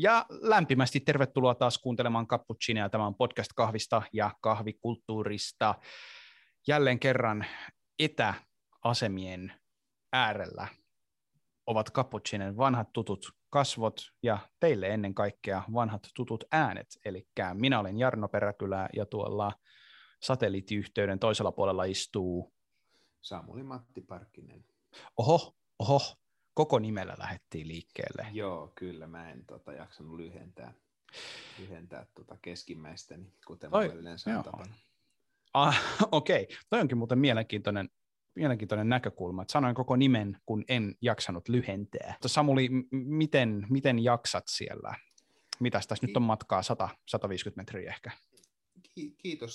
Ja lämpimästi tervetuloa taas kuuntelemaan Cappuccinia. Tämä on podcast kahvista ja kahvikulttuurista. Jälleen kerran etäasemien äärellä ovat Cappuccinen vanhat tutut kasvot ja teille ennen kaikkea vanhat tutut äänet. Eli minä olen Jarno Peräkylä ja tuolla satelliittiyhteyden toisella puolella istuu Samuli Matti Parkkinen. Oho, koko nimellä lähdettiin liikkeelle. Joo, kyllä, mä en jaksanut lyhentää keskimmäistäni, kuten Toi, mulla yleensä on tapana. Okei, toi onkin muuten mielenkiintoinen näkökulma, että sanoin koko nimen, kun en jaksanut lyhentää. Samuli, miten jaksat siellä? Mitäs tässä nyt on matkaa, 150 metriä ehkä? Kiitos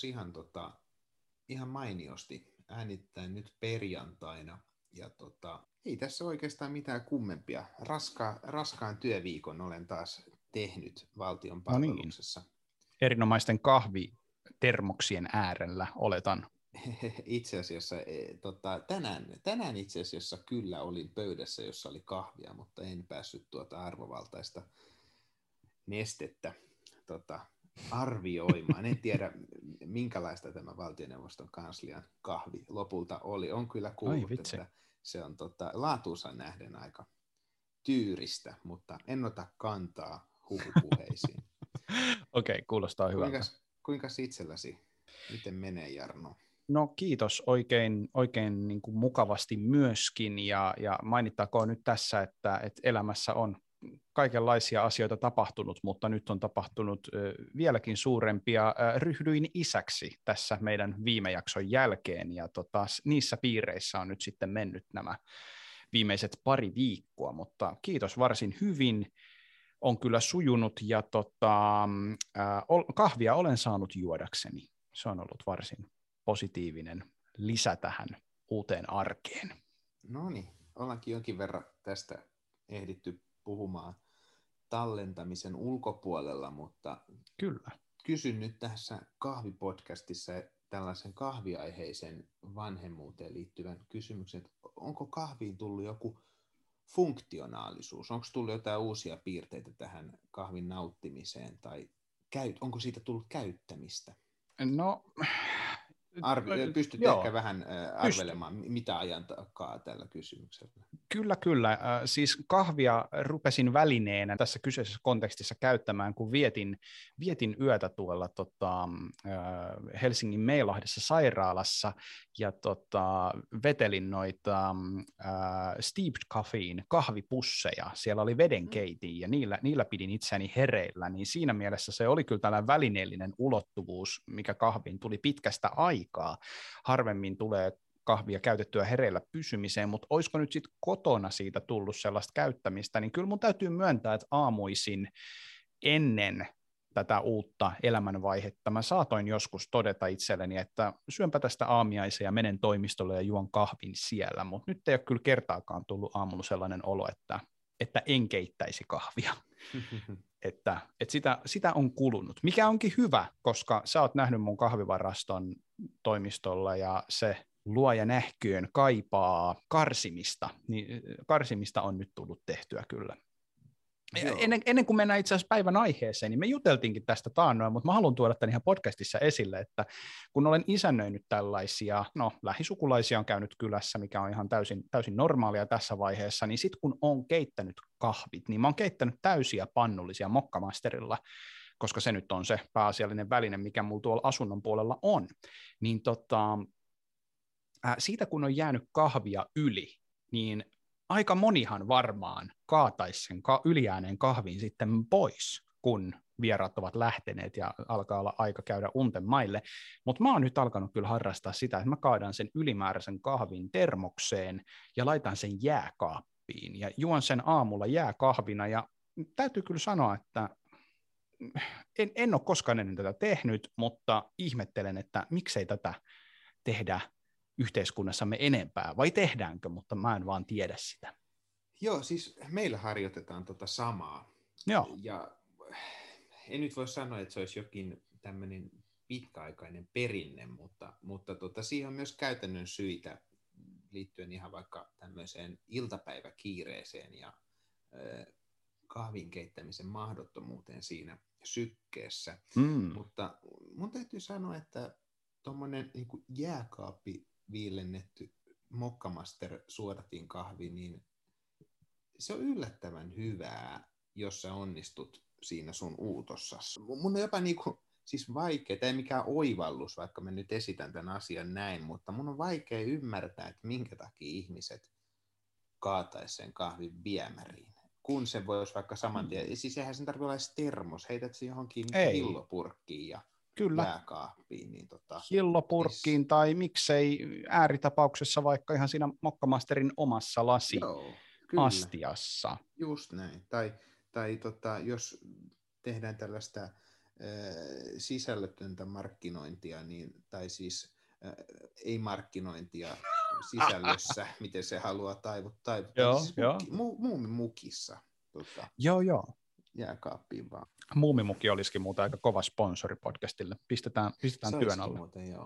ihan mainiosti. Äänittäin nyt perjantaina. Ja ei tässä oikeastaan mitään kummempia. Raskaan työviikon olen taas tehnyt valtion palveluksessa. No niin. Erinomaisten kahvitermoksien äärellä oletan. Itse asiassa tänään itse asiassa kyllä olin pöydässä, jossa oli kahvia, mutta en päässyt arvovaltaista nestettä arvioimaan. En tiedä, minkälaista tämä valtioneuvoston kanslian kahvi lopulta oli. On kyllä kuullut, että se on laatuunsa nähden aika tyyristä, mutta en ota kantaa huhupuheisiin. Okei, kuulostaa hyvältä. Kuinka itselläsi? Miten menee, Jarno? No kiitos oikein niin kuin mukavasti myöskin, ja mainittakoon nyt tässä, että elämässä on kaikenlaisia asioita tapahtunut, mutta nyt on tapahtunut vieläkin suurempia. Ryhdyin isäksi tässä meidän viime jakson jälkeen, ja niissä piireissä on nyt sitten mennyt nämä viimeiset pari viikkoa, mutta kiitos varsin hyvin. On kyllä sujunut, ja kahvia olen saanut juodakseni. Se on ollut varsin positiivinen lisä tähän uuteen arkeen. No niin, ollaankin jonkin verran tästä ehditty puhumaan tallentamisen ulkopuolella, mutta kyllä. Kysyn nyt tässä kahvipodcastissa tällaisen kahviaiheisen vanhemmuuteen liittyvän kysymyksen, että onko kahviin tullut joku funktionaalisuus? Onko tullut jotain uusia piirteitä tähän kahvin nauttimiseen tai onko siitä tullut käyttämistä? No, pystyt ehkä vähän arvelemaan, mitä ajan takaa tällä kysymyksellä? Kyllä. Siis kahvia rupesin välineenä tässä kyseisessä kontekstissa käyttämään, kun vietin yötä tuolla Helsingin Meilahdessa sairaalassa ja vetelin noita steeped caffeine kahvipusseja. Siellä oli vedenkeitin ja niillä pidin itseäni hereillä, niin siinä mielessä se oli kyllä tällainen välineellinen ulottuvuus, mikä kahviin tuli pitkästä aikaa. Harvemmin tulee kahvia käytettyä hereillä pysymiseen, mutta olisiko nyt sitten kotona siitä tullut sellaista käyttämistä, niin kyllä mun täytyy myöntää, että aamuisin ennen tätä uutta elämänvaihetta mä saatoin joskus todeta itselleni, että syönpä tästä aamiaisen ja menen toimistolle ja juon kahvin siellä, mutta nyt ei ole kyllä kertaakaan tullut aamulla sellainen olo, että en keittäisi kahvia. Että sitä on kulunut, mikä onkin hyvä, koska sä oot nähnyt mun kahvivaraston toimistolla ja se luoja nähköön kaipaa karsimista, niin karsimista on nyt tullut tehtyä kyllä. Ennen kuin mennään itse asiassa päivän aiheeseen, niin me juteltiinkin tästä taannoin, mutta mä haluan tuoda tämän ihan podcastissa esille, että kun olen isännöinyt tällaisia, lähisukulaisia on käynyt kylässä, mikä on ihan täysin normaalia tässä vaiheessa, niin sitten kun olen keittänyt kahvit, niin mä oon keittänyt täysiä pannullisia mokkamasterilla, koska se nyt on se pääasiallinen väline, mikä mulla tuolla asunnon puolella on, niin siitä kun on jäänyt kahvia yli, niin aika monihan varmaan kaataisi sen ylijääneen kahvin sitten pois, kun vieraat ovat lähteneet ja alkaa olla aika käydä unten maille. Mutta mä oon nyt alkanut kyllä harrastaa sitä, että mä kaadan sen ylimääräisen kahvin termokseen ja laitan sen jääkaappiin ja juon sen aamulla jääkahvina. Ja täytyy kyllä sanoa, että en ole koskaan ennen tätä tehnyt, mutta ihmettelen, että miksei tätä tehdä yhteiskunnassamme enempää, vai tehdäänkö, mutta mä en vaan tiedä sitä. Joo, siis meillä harjoitetaan samaa. Joo. Ja en nyt voi sanoa, että se olisi jokin tämmöinen pitkäaikainen perinne, mutta siihen on myös käytännön syitä liittyen ihan vaikka tämmöiseen iltapäiväkiireeseen ja kahvin keittämisen mahdottomuuteen siinä sykkeessä. Mutta mun täytyy sanoa, että tuommoinen niin jääkaappi viilennetty Mokkamaster suodatin kahvi, niin se on yllättävän hyvää, jos sä onnistut siinä sun uutossasi. Mun on jopa siis vaikea, tämä ei mikään oivallus, vaikka mä nyt esitän tämän asian näin, mutta mun on vaikea ymmärtää, että minkä takia ihmiset kaataisi sen kahvin viemäriin. Kun se voisi vaikka saman tien, siis eihän sen tarvitse olla edes termos, heität se johonkin hillopurkkiin ja jääkaappiin. Niin hillopurkkiin siis tai miksei ääritapauksessa vaikka ihan siinä Mokkamasterin omassa astiassa. Just näin. Tai jos tehdään tällaista sisällötöntä markkinointia, niin, tai siis ei markkinointia sisällössä, miten se haluaa taivuttaa. Siis muumimukissa. Jääkaappiin vaan. Muumimukki olisikin muuten aika kova sponsori podcastille. Pistetään työn alle.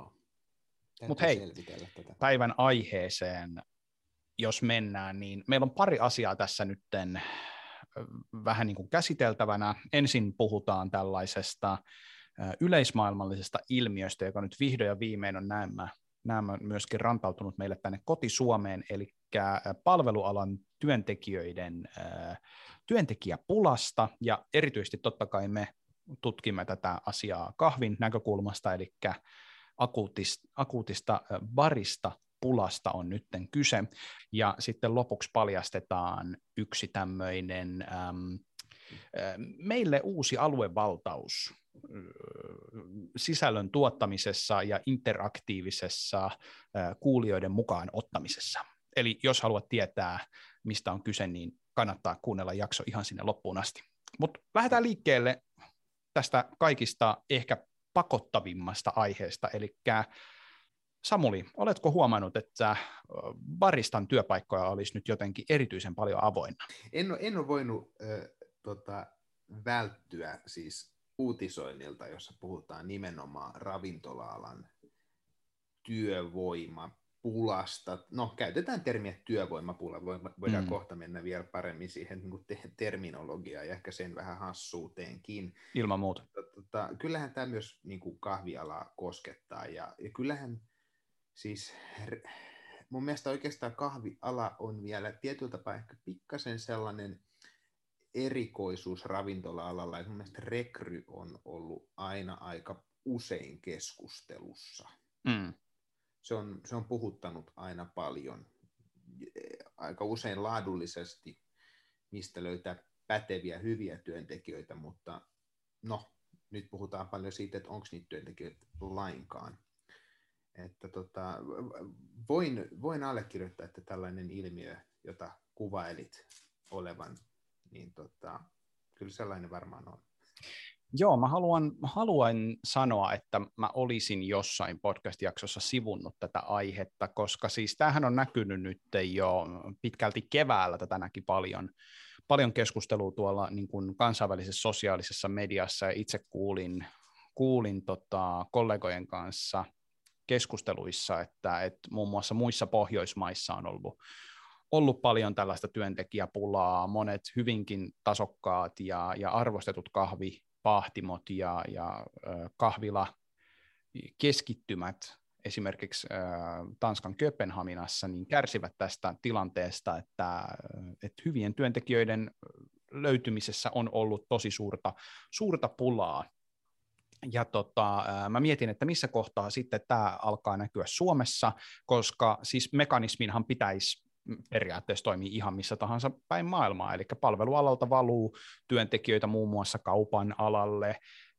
Mutta hei, päivän aiheeseen, jos mennään, niin meillä on pari asiaa tässä nytten vähän niin kuin käsiteltävänä. Ensin puhutaan tällaisesta yleismaailmallisesta ilmiöstä, joka nyt vihdoin ja viimein on nämä myöskin rantautunut meille tänne koti-Suomeen, eli palvelualan työntekijöiden työntekijäpulasta, ja erityisesti totta kai me tutkimme tätä asiaa kahvin näkökulmasta, eli akuutista barista pulasta on nytten kyse, ja sitten lopuksi paljastetaan yksi tämmöinen meille uusi aluevaltaus sisällön tuottamisessa ja interaktiivisessa kuulijoiden mukaan ottamisessa. Eli jos haluat tietää, mistä on kyse, niin kannattaa kuunnella jakso ihan sinne loppuun asti. Mutta lähdetään liikkeelle tästä kaikista ehkä pakottavimmasta aiheesta, eli Samuli, oletko huomannut, että baristan työpaikkoja olisi nyt jotenkin erityisen paljon avoinna? En ole voinut välttyä siis uutisoinnilta, jossa puhutaan nimenomaan ravintola-alan työvoimapulasta. No, käytetään termiä työvoimapula, voidaan kohta mennä vielä paremmin siihen niin kuin terminologiaan ja ehkä sen vähän hassuuteenkin. Ilman muuta. Kyllähän tämä myös niin kuin kahvialaa koskettaa, ja kyllähän siis mun mielestä oikeastaan kahviala on vielä tietyllä tapaa ehkä pikkasen sellainen erikoisuus ravintola-alalla, että mun mielestä rekry on ollut aina aika usein keskustelussa. Se on puhuttanut aina paljon, aika usein laadullisesti, mistä löytää päteviä, hyviä työntekijöitä, mutta no, nyt puhutaan paljon siitä, että onko niitä työntekijöitä lainkaan. Että voin allekirjoittaa, että tällainen ilmiö, jota kuvailit olevan, niin kyllä sellainen varmaan on. Joo, mä haluan sanoa, että mä olisin jossain podcast-jaksossa sivunnut tätä aihetta, koska siis tämähän on näkynyt nyt jo pitkälti keväällä, tätä näki paljon keskustelua tuolla niin kuin kansainvälisessä sosiaalisessa mediassa, ja itse kuulin kollegojen kanssa keskusteluissa, että muun muassa muissa Pohjoismaissa on ollut paljon tällaista työntekijäpulaa, monet hyvinkin tasokkaat ja arvostetut kahvipahtimot ja kahvila-keskittymät, esimerkiksi Tanskan Kööpenhaminassa, niin kärsivät tästä tilanteesta, että hyvien työntekijöiden löytymisessä on ollut tosi suurta pulaa. Ja mä mietin, että missä kohtaa sitten tämä alkaa näkyä Suomessa, koska siis mekanisminhan pitäisi periaatteessa toimia ihan missä tahansa päin maailmaa, eli palvelualalta valuu työntekijöitä muun muassa kaupan alalle,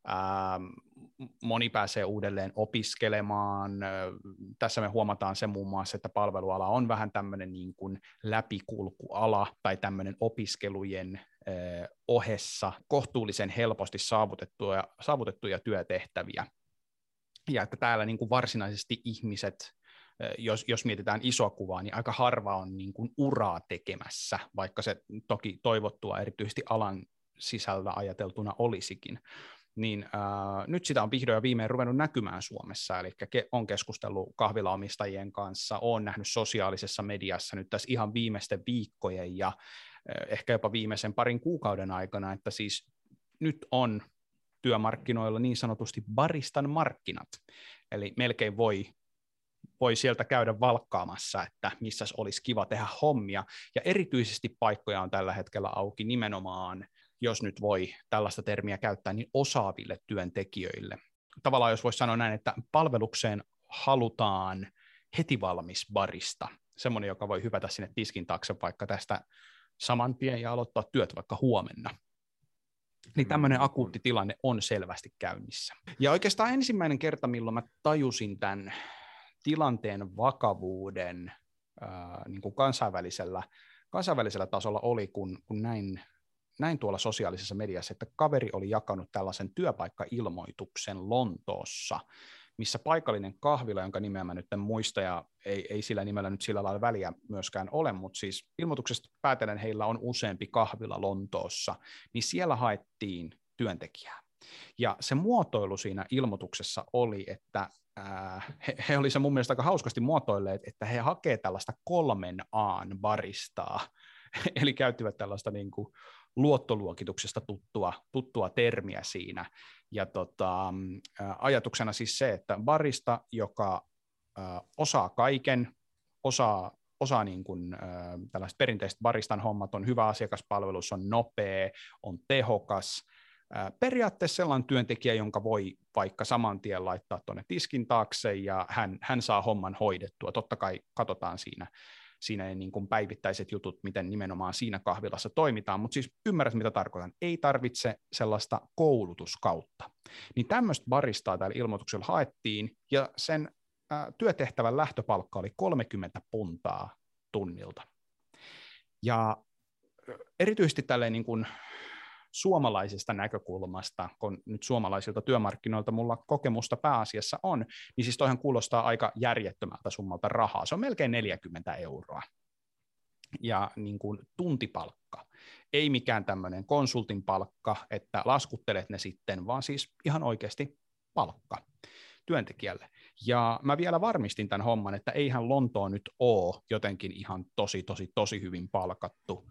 moni pääsee uudelleen opiskelemaan. Tässä me huomataan se muun muassa, että palveluala on vähän tämmöinen niin kuin läpikulkuala tai tämmöinen opiskelujen ohessa kohtuullisen helposti saavutettuja työtehtäviä. Ja että täällä niin kuin varsinaisesti ihmiset, jos mietitään isoa kuvaa, niin aika harva on niin kuin uraa tekemässä, vaikka se toki toivottua erityisesti alan sisällä ajateltuna olisikin. Niin nyt sitä on vihdoin ja viimein ruvennut näkymään Suomessa, eli on keskustellut kahvilaomistajien kanssa, olen nähnyt sosiaalisessa mediassa nyt tässä ihan viimeisten viikkojen ja ehkä jopa viimeisen parin kuukauden aikana, että siis nyt on työmarkkinoilla niin sanotusti baristan markkinat, eli melkein voi sieltä käydä valkkaamassa, että missäs olisi kiva tehdä hommia, ja erityisesti paikkoja on tällä hetkellä auki nimenomaan, jos nyt voi tällaista termiä käyttää, niin osaaville työntekijöille. Tavallaan jos voisi sanoa näin, että palvelukseen halutaan heti valmis barista, semmoinen, joka voi hypätä sinne tiskin taakse vaikka tästä saman tien ja aloittaa työt vaikka huomenna. Niin tämmöinen akuutti tilanne on selvästi käynnissä. Ja oikeastaan ensimmäinen kerta, milloin mä tajusin tämän tilanteen vakavuuden niin kuin kansainvälisellä tasolla oli, kun näin tuolla sosiaalisessa mediassa, että kaveri oli jakanut tällaisen työpaikkailmoituksen Lontoossa, missä paikallinen kahvila, jonka nimeä mä nyt en muista, ja ei sillä nimellä nyt sillä lailla väliä myöskään ole, mutta siis ilmoituksesta päätellen heillä on useampi kahvila Lontoossa, niin siellä haettiin työntekijää. Ja se muotoilu siinä ilmoituksessa oli, että he oli se mun mielestä aika hauskasti muotoilleet, että he hakee tällaista 3A:n baristaa, eli käyttivät tällaista niin kuin luottoluokituksesta tuttua termiä siinä. Ja ajatuksena siis se, että barista, joka osaa kaiken, osaa niin kuin, tällaiset perinteiset baristan hommat, on hyvä asiakaspalvelus, on nopea, on tehokas, periaatteessa sellainen työntekijä, jonka voi vaikka saman tien laittaa tuonne tiskin taakse ja hän saa homman hoidettua. Totta kai katsotaan siinä ne niin kuin päivittäiset jutut, miten nimenomaan siinä kahvilassa toimitaan, mutta siis ymmärrät, mitä tarkoitan. Ei tarvitse sellaista koulutuskautta. Niin tämmöistä baristaa täällä ilmoituksella haettiin, ja sen työtehtävän lähtöpalkka oli 30 puntaa tunnilta. Ja erityisesti tälleen niin kuin suomalaisesta näkökulmasta, kun nyt suomalaisilta työmarkkinoilta mulla kokemusta pääasiassa on, niin siis toihan kuulostaa aika järjettömältä summalta rahaa. Se on melkein 40 €. Ja niin kuin tuntipalkka. Ei mikään tämmöinen konsultin palkka, että laskuttelet ne sitten, vaan siis ihan oikeasti palkka työntekijälle. Ja mä vielä varmistin tämän homman, että eihän Lontoo nyt ole jotenkin ihan tosi hyvin palkattu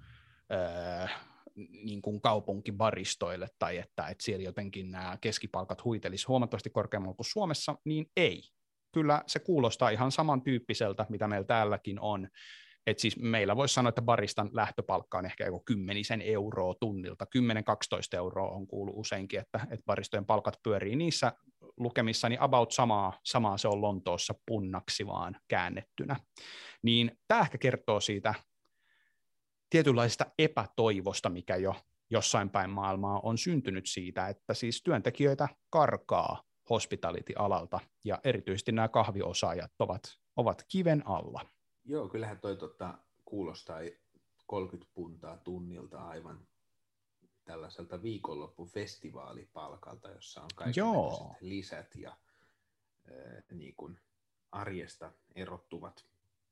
niin kuin kaupunkibaristoille, tai että siellä jotenkin nämä keskipalkat huitelisi huomattavasti korkeammalla kuin Suomessa, niin ei. Kyllä se kuulostaa ihan samantyyppiseltä, mitä meillä täälläkin on. Et siis meillä voisi sanoa, että baristan lähtöpalkka on ehkä joku 10 € tunnilta. 10-12 € on kuullut useinkin, että baristojen palkat pyörii niissä lukemissa, niin about samaa se on Lontoossa punnaksi vaan käännettynä. Niin tämä ehkä kertoo siitä tietynlaisesta epätoivosta, mikä jo jossain päin maailmaa on syntynyt siitä, että siis työntekijöitä karkaa hospitality-alalta, ja erityisesti nämä kahviosaajat ovat kiven alla. Joo, kyllähän toi kuulostaa 30 puntaa tunnilta aivan tällaiselta viikonloppufestivaalipalkalta, jossa on kaikenlaiset lisät ja niin kuin arjesta erottuvat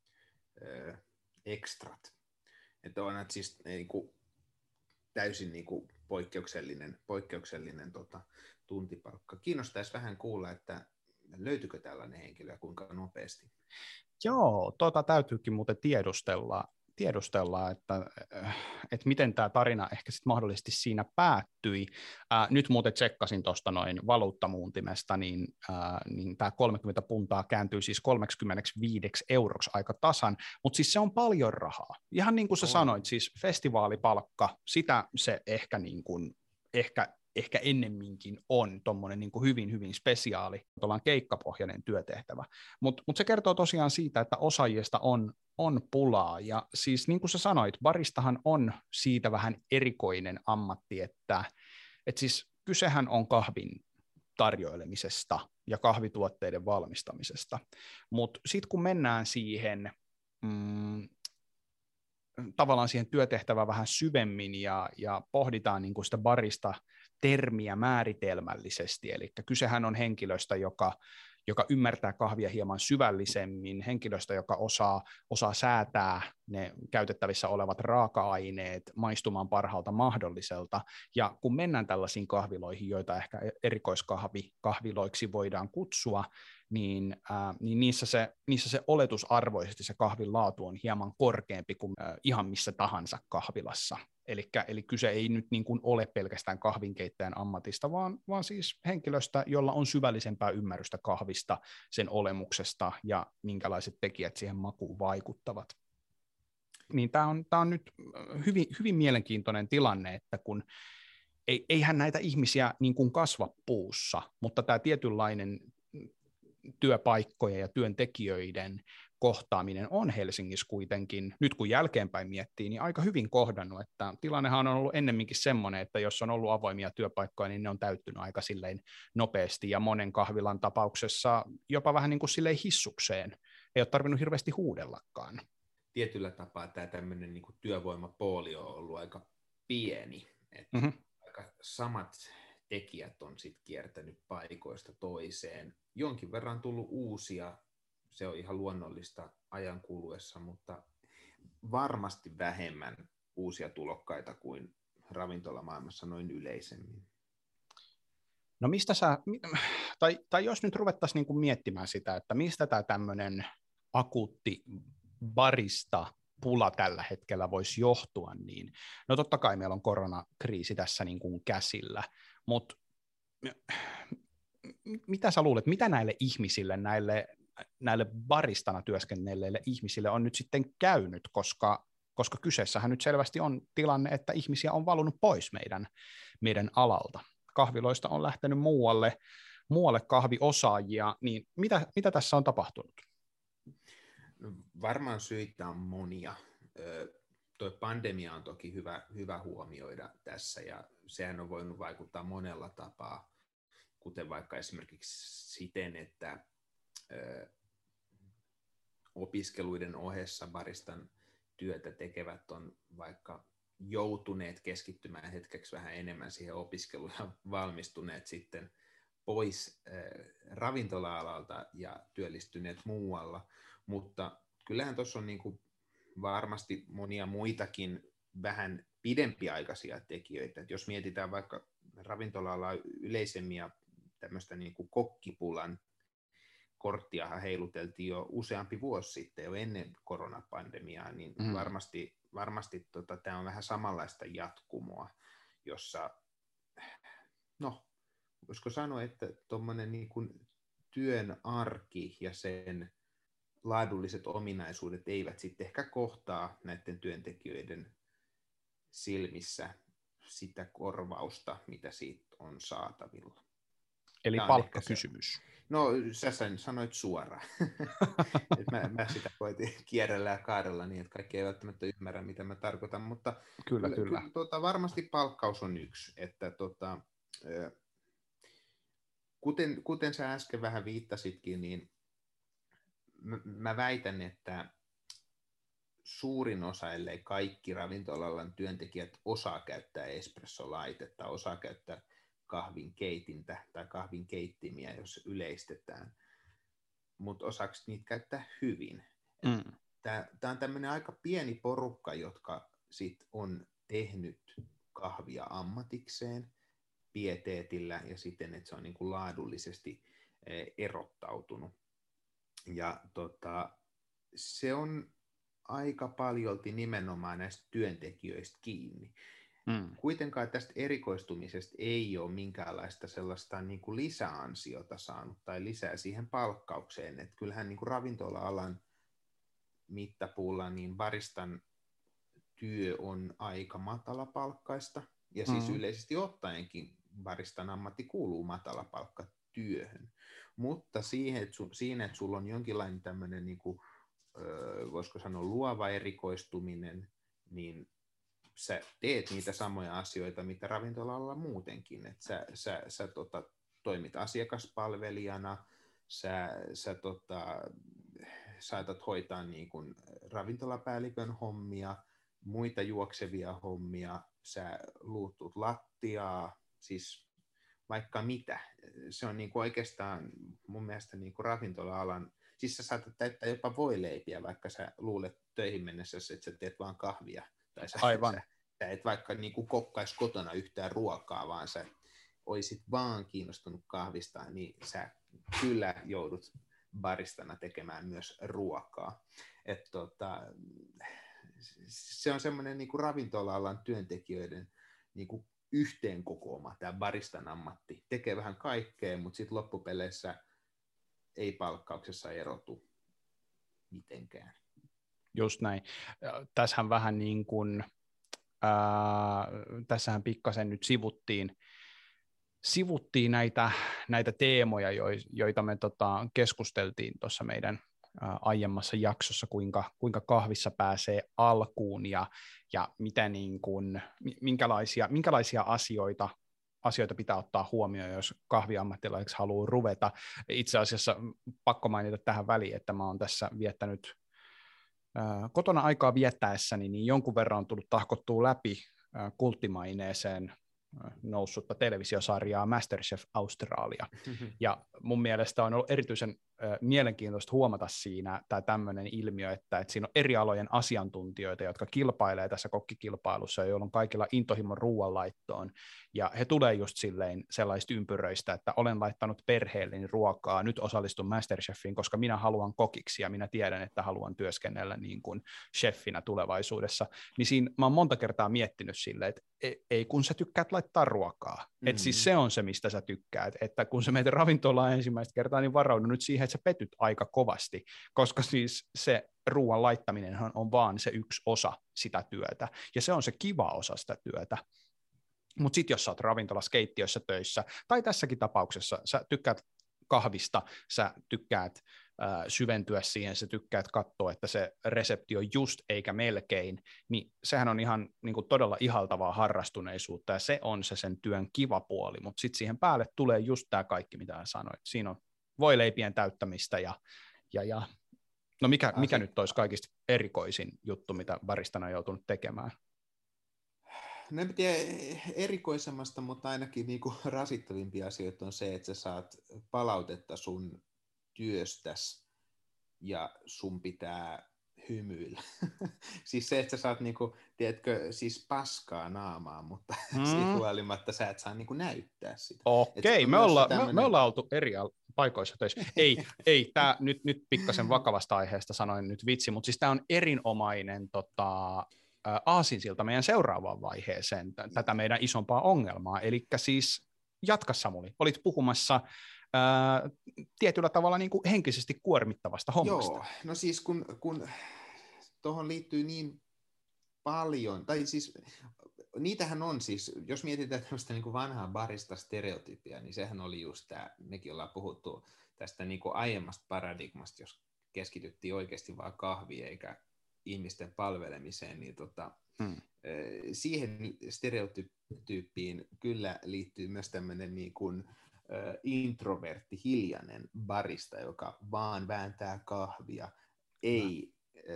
ekstrat. Että on siis niin kuin täysin niin kuin poikkeuksellinen tuntipalkka. Kiinnostaisi vähän kuulla, että löytyykö tällainen henkilö ja kuinka nopeasti? Joo, täytyykin muuten tiedustella, että miten tämä tarina ehkä sitten mahdollisesti siinä päättyi. Nyt muuten tsekkasin tuosta noin valuuttamuuntimesta, niin tämä 30 puntaa kääntyy siis 35 € aika tasan, mutta siis se on paljon rahaa. Ihan niin kuin sä sanoit, siis festivaalipalkka, sitä se ehkä, niin kuin, ehkä ennemminkin on tuommoinen niin kuin hyvin spesiaali, ollaan keikkapohjainen työtehtävä. Mutta se kertoo tosiaan siitä, että osaajista on pulaa, ja siis niin kuin sä sanoit, baristahan on siitä vähän erikoinen ammatti, että siis kysehän on kahvin tarjoilemisesta ja kahvituotteiden valmistamisesta, mutta sitten kun mennään siihen tavallaan siihen työtehtävään vähän syvemmin ja pohditaan niin kuin sitä barista termiä määritelmällisesti, eli kysehän on henkilöstä, joka ymmärtää kahvia hieman syvällisemmin, henkilöstö, joka osaa säätää ne käytettävissä olevat raaka-aineet maistumaan parhaalta mahdolliselta. Ja kun mennään tällaisiin kahviloihin, joita ehkä erikoiskahviloiksi voidaan kutsua, niin niissä se oletusarvoisesti se kahvin laatu on hieman korkeampi kuin ihan missä tahansa kahvilassa. Eli kyse ei nyt niin kuin ole pelkästään kahvinkeittäjän ammatista, vaan siis henkilöstä, jolla on syvällisempää ymmärrystä kahvista, sen olemuksesta ja minkälaiset tekijät siihen makuun vaikuttavat. Niin tämä on nyt hyvin, hyvin mielenkiintoinen tilanne, että kun eihän näitä ihmisiä niin kuin kasva puussa, mutta tämä tietynlainen työpaikkojen ja työntekijöiden kohtaaminen on Helsingissä kuitenkin, nyt kun jälkeenpäin miettii, niin aika hyvin kohdannut, että tilannehan on ollut ennemminkin semmoinen, että jos on ollut avoimia työpaikkoja, niin ne on täyttynyt aika silleen nopeasti, ja monen kahvilan tapauksessa jopa vähän niin kuin silleen hissukseen, ei ole tarvinnut hirveästi huudellakaan. Tietyllä tapaa tämä tämmöinen niin kuin työvoimapooli on ollut aika pieni, että aika samat tekijät on sitten kiertänyt paikoista toiseen. Jonkin verran on tullut uusia, se on ihan luonnollista ajan kuluessa, mutta varmasti vähemmän uusia tulokkaita kuin ravintolamaailmassa noin yleisemmin. No mistä tai jos nyt ruvettaisiin niinku miettimään sitä, että mistä tämä tämmöinen akuutti barista pula tällä hetkellä voisi johtua, niin no totta kai meillä on koronakriisi tässä niin kuin käsillä, mutta mitä sä luulet, mitä näille ihmisille, näille baristana työskennelleille ihmisille on nyt sitten käynyt, koska kyseessähän nyt selvästi on tilanne, että ihmisiä on valunut pois meidän alalta. Kahviloista on lähtenyt muualle kahviosaajia, niin mitä tässä on tapahtunut? No, varmaan syitä on monia. Tuo pandemia on toki hyvä huomioida tässä, ja sehän on voinut vaikuttaa monella tapaa, kuten vaikka esimerkiksi siten, että opiskeluiden ohessa baristan työtä tekevät on vaikka joutuneet keskittymään hetkeksi vähän enemmän siihen opiskeluun ja valmistuneet sitten pois ravintola-alalta ja työllistyneet muualla, mutta kyllähän tuossa on niin kuin varmasti monia muitakin vähän pidempiaikaisia tekijöitä. Et jos mietitään vaikka ravintola-alaa yleisemmin ja tämmöistä niin kuin kokkipulan korttiahan heiluteltiin jo useampi vuosi sitten, jo ennen koronapandemiaa, niin varmasti tämä on vähän samanlaista jatkumoa, jossa, no, voisiko sanoa, että tuommoinen niin kuin työn arki ja sen laadulliset ominaisuudet eivät sitten ehkä kohtaa näiden työntekijöiden silmissä sitä korvausta, mitä siitä on saatavilla. Eli palkkakysymys. No, sä sanoit suoraan. mä sitä koitin kierrellä ja kaarella niin, että kaikki ei välttämättä ymmärrä, mitä mä tarkoitan, mutta kyllä. Varmasti palkkaus on yksi. Että, kuten sä äsken vähän viittasitkin, niin mä väitän, että suurin osa, ellei kaikki ravintola-alan työntekijät osaa käyttää espressolaitetta, osaa käyttää kahvin keitintä tai kahvin keittimiä, jos yleistetään, mutta osaako niitä käyttää hyvin? Tämä on tämmöinen aika pieni porukka, jotka sit on tehnyt kahvia ammatikseen pieteetillä ja siten, että se on niin kuin laadullisesti erottautunut. Ja se on aika paljolti nimenomaan näistä työntekijöistä kiinni. Kuitenkaan tästä erikoistumisesta ei ole minkäänlaista sellaista niin kuin lisäansiota saanut tai lisää siihen palkkaukseen. Että kyllähän niin kuin ravintola-alan mittapuulla niin baristan työ on aika matalapalkkaista. Ja siis yleisesti ottaenkin baristan ammatti kuuluu matalapalkkatyöhön. Mutta siinä, että sulla on jonkinlainen tämmöinen, niin kuin, voisiko sanoa luova erikoistuminen, niin sä teet niitä samoja asioita, mitä ravintola-alalla muutenkin. Että sä toimit asiakaspalvelijana, sä saatat hoitaa niin kuin ravintolapäällikön hommia, muita juoksevia hommia, sä luutut lattiaa, siis vaikka mitä. Se on niin kuin oikeastaan mun mielestä niin kuin ravintola-alan, siis sä saatat täyttää jopa voileipiä, vaikka sä luulet töihin mennessä, että sä teet vaan kahvia, tai Aivan. sä et vaikka niin kuin kokkaisi kotona yhtään ruokaa, vaan sä oisit vaan kiinnostunut kahvista, niin sä kyllä joudut baristana tekemään myös ruokaa. Se on semmoinen niin kuin ravintola-alan työntekijöiden niin kuin yhteenkokoama, tämä baristan ammatti. Tekee vähän kaikkea, mutta sitten loppupeleissä ei palkkauksessa erotu mitenkään. Just näin. Tässähän vähän niin kuin, tässähän pikkasen nyt sivuttiin näitä teemoja, joita me keskusteltiin tuossa meidän aiemmassa jaksossa, kuinka kahvissa pääsee alkuun ja mitä niin kuin, minkälaisia asioita pitää ottaa huomioon, jos kahviammattilaiseksi haluaa ruveta. Itse asiassa pakko mainita tähän väliin, että mä oon tässä viettänyt kotona aikaa viettäessäni, niin jonkun verran on tullut tahkottua läpi kulttimaineeseen noussutta televisiosarjaa MasterChef Australia. Ja mun mielestä on ollut erityisen mielenkiintoista huomata siinä tämä tämmöinen ilmiö, että siinä on eri alojen asiantuntijoita, jotka kilpailee tässä kokkikilpailussa, joilla on kaikilla intohimon ruoanlaittoon, ja he tulee just silleen sellaista ympyröistä, että olen laittanut perheelleni ruokaa, nyt osallistun MasterChefiin, koska minä haluan kokiksi, ja minä tiedän, että haluan työskennellä niin kuin chefinä tulevaisuudessa. Niin siinä mä oon monta kertaa miettinyt silleen, että ei kun sä tykkäät laittaa ruokaa. Että siis se on se, mistä sä tykkäät. Että kun sä menet ravintolaan ensimmäistä kertaa, niin varaudu nyt siihen, että sä petyt aika kovasti, koska siis se ruoan laittaminen on vaan se yksi osa sitä työtä. Ja se on se kiva osa sitä työtä. Mutta sitten jos sä oot ravintolassa, keittiössä töissä, tai tässäkin tapauksessa sä tykkäät kahvista, sä tykkäät syventyä siihen, sä tykkäät katsoa, että se resepti on just eikä melkein, niin sehän on ihan niin kuin todella ihaltavaa harrastuneisuutta, ja se on se sen työn kiva puoli, mutta sitten siihen päälle tulee just tämä kaikki, mitä sanoit. Siinä on voileipien täyttämistä, ja no mikä nyt olisi kaikista erikoisin juttu, mitä baristana on joutunut tekemään? No en tiedä erikoisemmasta, mutta ainakin niinku rasittavimpia asioita on se, että sä saat palautetta sun työstäs ja sun pitää hymyillä. Siis se, että sä saat niinku, tiedätkö, siis paskaa naamaa, mutta siitä huolimatta sä et saa niinku näyttää sitä. Okei, me ollaan oltu eri paikoissa töissä. Ei tää nyt pikkasen vakavasta aiheesta sanoin nyt vitsi, mutta siis tää on erinomainen aasinsilta meidän seuraavaan vaiheeseen tätä meidän isompaa ongelmaa. Eli siis jatka, Samuli, olit puhumassa tietyllä tavalla niin kuin henkisesti kuormittavasta hommasta. Joo, no siis kun tuohon liittyy niin paljon, tai siis niitähän on siis, jos mietitään tämmöistä niin kuin vanhaa barista stereotypia, niin sehän oli just tämä, mekin ollaan puhuttu tästä niin kuin aiemmasta paradigmasta, jos keskityttiin oikeasti vaan kahviin eikä ihmisten palvelemiseen, niin siihen stereotyyppiin kyllä liittyy myös tämmöinen niin kuin introvertti, hiljainen barista, joka vaan vääntää kahvia, ei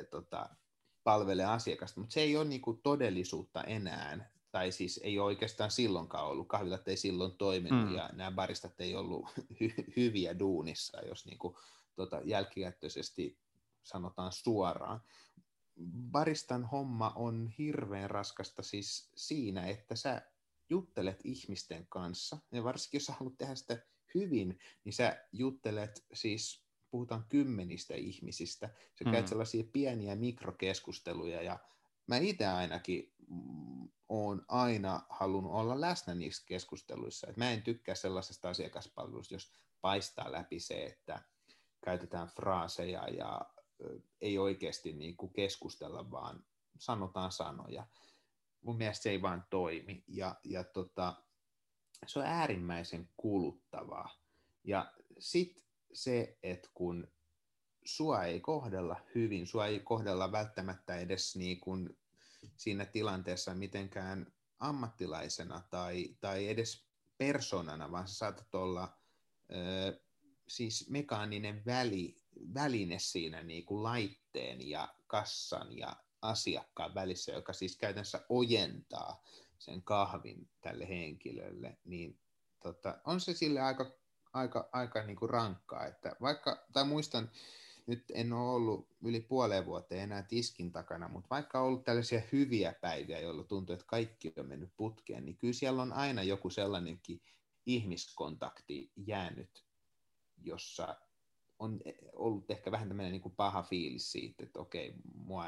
palvele asiakasta, mutta se ei ole niin kuin todellisuutta enää, tai siis ei ole oikeastaan silloinkaan ollut, kahvilat ei silloin toiminut, ja nämä baristat ei ollut hyviä duunissa, jos niin kuin, jälkikäyttöisesti sanotaan suoraan. Baristan homma on hirveän raskasta siis siinä, että sä juttelet ihmisten kanssa, ja varsinkin jos sä haluat tehdä sitä hyvin, niin sä juttelet siis, puhutaan kymmenistä ihmisistä, sä käyt sellaisia pieniä mikrokeskusteluja, ja mä itse ainakin oon aina halunnut olla läsnä niissä keskusteluissa, että mä en tykkää sellaisesta asiakaspalvelusta, jos paistaa läpi se, että käytetään fraaseja ja ei oikeasti niin kuin keskustella, vaan sanotaan sanoja. Mun mielestä se ei vaan toimi. Ja se on äärimmäisen kuluttavaa. Ja sitten se, että kun sua ei kohdella hyvin, sua ei kohdella välttämättä edes niin kuin siinä tilanteessa mitenkään ammattilaisena tai edes persoonana, vaan sä saatat olla siis mekaaninen väline siinä niin kuin laitteen ja kassan ja asiakkaan välissä, joka siis käytännössä ojentaa sen kahvin tälle henkilölle, niin on se sille aika niin kuin rankkaa, että vaikka, tai muistan, nyt en ole ollut yli puoleen vuoteen enää tiskin takana, mutta vaikka on ollut tällaisia hyviä päiviä, joilla tuntuu, että kaikki on mennyt putkeen, niin kyllä siellä on aina joku sellainenkin ihmiskontakti jäänyt, jossa on ollut ehkä vähän tämmöinen niin kuin paha fiilis siitä, että okei, mua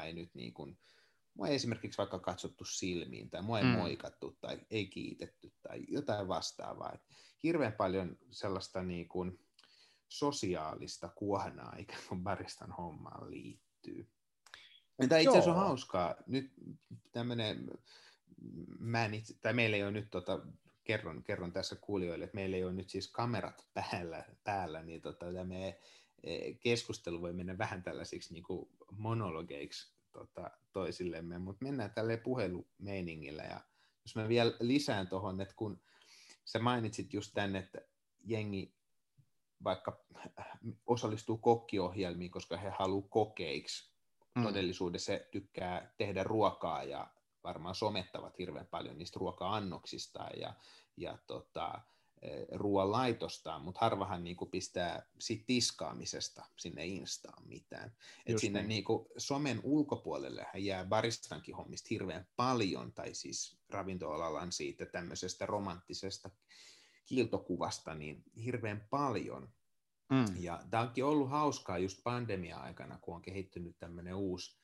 ei esimerkiksi vaikka katsottu silmiin, tai mua ei moikattu, tai ei kiitetty, tai jotain vastaavaa. Että hirveän paljon sellaista niin kuin sosiaalista kuohnaa ikään kuin baristan hommaan liittyy. Tämä itse asiassa on hauskaa. Nyt tämmöinen, meillä ei ole nyt, kerron tässä kuulijoille, että meillä ei ole nyt siis kamerat päällä niin tämä keskustelu voi mennä vähän tällaisiksi niin kuin monologeiksi toisillemme, mutta mennään tälleen puhelumeiningillä. Ja jos mä vielä lisään tuohon, että kun sä mainitsit just tänne, että jengi vaikka osallistuu kokkiohjelmiin, koska he haluaa kokeiksi. Todellisuudessa he tykkää tehdä ruokaa ja varmaan somettavat hirveän paljon niistä ruoka-annoksistaan ja ruoanlaitostaan, mutta harvahan niinku pistää siitä tiskaamisesta sinne Instaan mitään. Et sinne niin. Niinku somen ulkopuolelle hän jää baristankin hommista hirveän paljon, tai siis ravintola-alan siitä tämmöisestä romanttisesta kiiltokuvasta niin hirveän paljon. Ja tämä onkin ollut hauskaa just pandemia-aikana, kun on kehittynyt tämmöinen uusi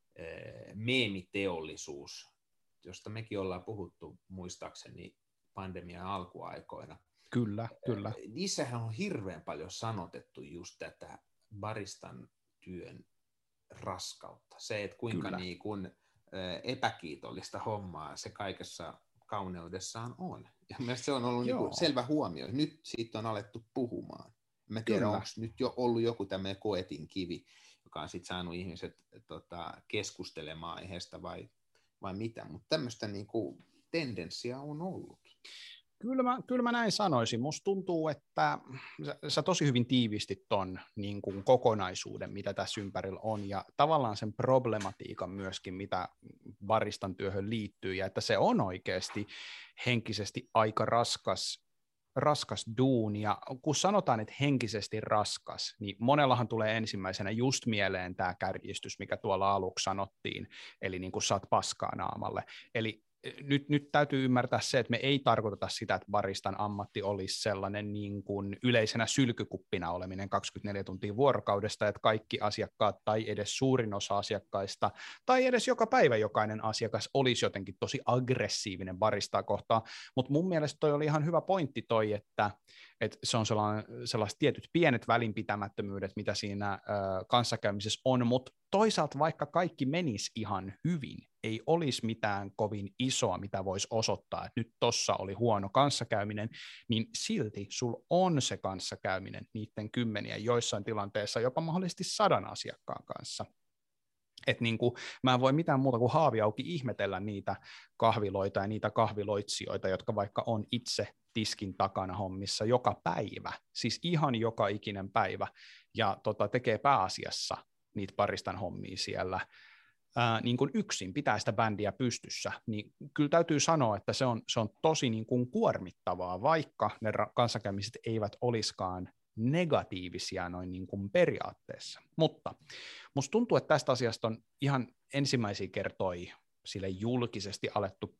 meemiteollisuus, josta mekin ollaan puhuttu muistaakseni pandemian alkuaikoina. Kyllä. Niissähän on hirveän paljon sanotettu just tätä baristan työn raskautta. Se, että kuinka niin kun epäkiitollista hommaa se kaikessa kauneudessaan on. Ja mielestäni se on ollut niin kuin selvä huomio. Nyt siitä on alettu puhumaan. Mä tiedän, onko nyt jo ollut joku tämmöinen koetin kivi, joka on sitten saanut ihmiset keskustelemaan aiheesta vai mitä, mutta tämmöistä niinku tendenssiä on ollut. Kyllä mä näin sanoisin. Musta tuntuu, että sä tosi hyvin tiivistit ton niin kuin kokonaisuuden, mitä tässä ympärillä on, ja tavallaan sen problematiikan myöskin, mitä baristan työhön liittyy, ja että se on oikeasti henkisesti aika raskas duuni, ja kun sanotaan, että henkisesti raskas, niin monellahan tulee ensimmäisenä just mieleen tämä kärjistys, mikä tuolla aluksi sanottiin, eli niin kuin saat paskaa naamalle. Eli nyt täytyy ymmärtää se, että me ei tarkoiteta sitä, että baristan ammatti olisi sellainen niin kuin yleisenä sylkykuppina oleminen 24 tuntia vuorokaudesta, että kaikki asiakkaat tai edes suurin osa asiakkaista tai edes joka päivä jokainen asiakas olisi jotenkin tosi aggressiivinen baristaa kohtaan, mutta mun mielestä toi oli ihan hyvä pointti toi, että se on sellaiset tietyt pienet välinpitämättömyydet, mitä siinä kanssakäymisessä on, mutta toisaalta vaikka kaikki menisi ihan hyvin, ei olisi mitään kovin isoa, mitä voisi osoittaa, että nyt tossa oli huono kanssakäyminen, niin silti sul on se kanssakäyminen niiden kymmenien, joissain tilanteessa jopa mahdollisesti 100 asiakkaan kanssa. Että niin kuin, mä en voi mitään muuta kuin haavi auki ihmetellä niitä kahviloita ja niitä kahviloitsijoita, jotka vaikka on itse tiskin takana hommissa joka päivä, siis ihan joka ikinen päivä, ja tekee pääasiassa niitä baristan hommia siellä niin kuin yksin, pitää sitä bändiä pystyssä, niin kyllä täytyy sanoa, että se on tosi niin kuin kuormittavaa, vaikka ne kanssakäymiset eivät olisikaan negatiivisia noin niin kuin periaatteessa. Mutta musta tuntuu, että tästä asiasta on ihan ensimmäisiä kertoja sille julkisesti alettu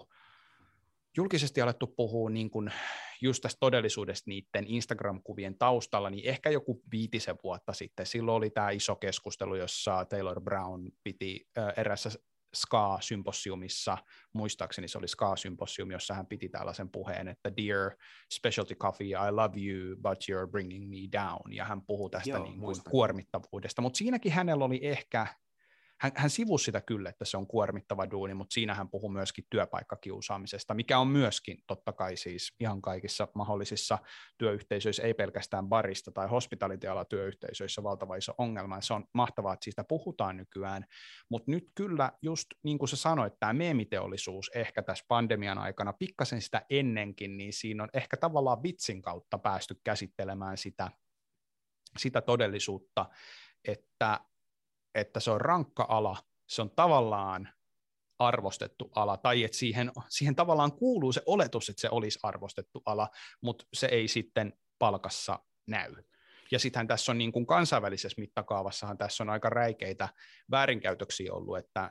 puhua niin kuin just tästä todellisuudesta niiden Instagram-kuvien taustalla, niin ehkä joku 5 vuotta sitten. Silloin oli tämä iso keskustelu, jossa Taylor Brown piti erässä Ska-symposiumissa, muistaakseni se oli Ska-symposium, jossa hän piti tällaisen puheen, että Dear Specialty Coffee, I love you, but you're bringing me down, ja hän puhui tästä niin kuin kuormittavuudesta, mutta siinäkin hänellä oli ehkä, hän sivusi sitä kyllä, että se on kuormittava duuni, mutta siinä hän puhui myöskin työpaikkakiusaamisesta, mikä on myöskin totta kai siis ihan kaikissa mahdollisissa työyhteisöissä, ei pelkästään barista tai hospitality-ala työyhteisöissä valtava iso ongelma, ja se on mahtavaa, että siitä puhutaan nykyään, mutta nyt kyllä just niin kuin sä sanoit, tämä meemiteollisuus ehkä tässä pandemian aikana, pikkasen sitä ennenkin, niin siinä on ehkä tavallaan vitsin kautta päästy käsittelemään sitä todellisuutta, että se on rankka ala, se on tavallaan arvostettu ala, tai että siihen tavallaan kuuluu se oletus, että se olisi arvostettu ala, mutta se ei sitten palkassa näy. Ja sittenhän tässä on niin kuin kansainvälisessä mittakaavassahan tässä on aika räikeitä väärinkäytöksiä ollut, että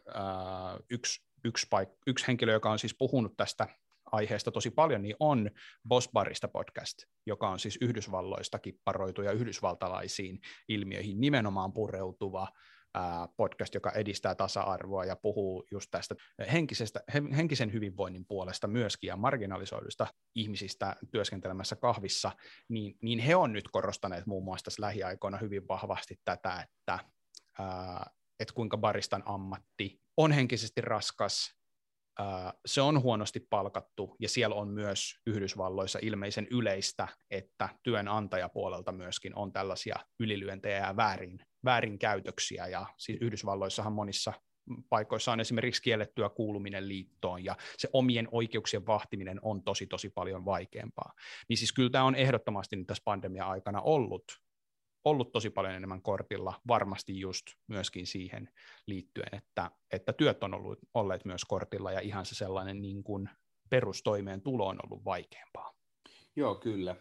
yksi henkilö, joka on siis puhunut tästä aiheesta tosi paljon, niin on Boss Barista podcast, joka on siis Yhdysvalloista kipparoitu ja yhdysvaltalaisiin ilmiöihin nimenomaan pureutuva podcast, joka edistää tasa-arvoa ja puhuu just tästä henkisen hyvinvoinnin puolesta myöskin ja marginalisoidusta ihmisistä työskentelemässä kahvissa, niin he on nyt korostaneet muun muassa tässä lähiaikoina hyvin vahvasti tätä, että kuinka baristan ammatti on henkisesti raskas, se on huonosti palkattu, ja siellä on myös Yhdysvalloissa ilmeisen yleistä, että työnantajapuolelta myöskin on tällaisia ylilyöntejä ja väärinkäytöksiä, ja siis Yhdysvalloissahan monissa paikoissa on esimerkiksi kiellettyä kuuluminen liittoon, ja se omien oikeuksien vahtiminen on tosi paljon vaikeampaa. Niin siis kyllä tämä on ehdottomasti nyt tässä pandemia-aikana ollut tosi paljon enemmän kortilla, varmasti just myöskin siihen liittyen, että työt on olleet myös kortilla, ja ihan se sellainen niin kuin perustoimeentulo on ollut vaikeampaa. Joo, kyllä.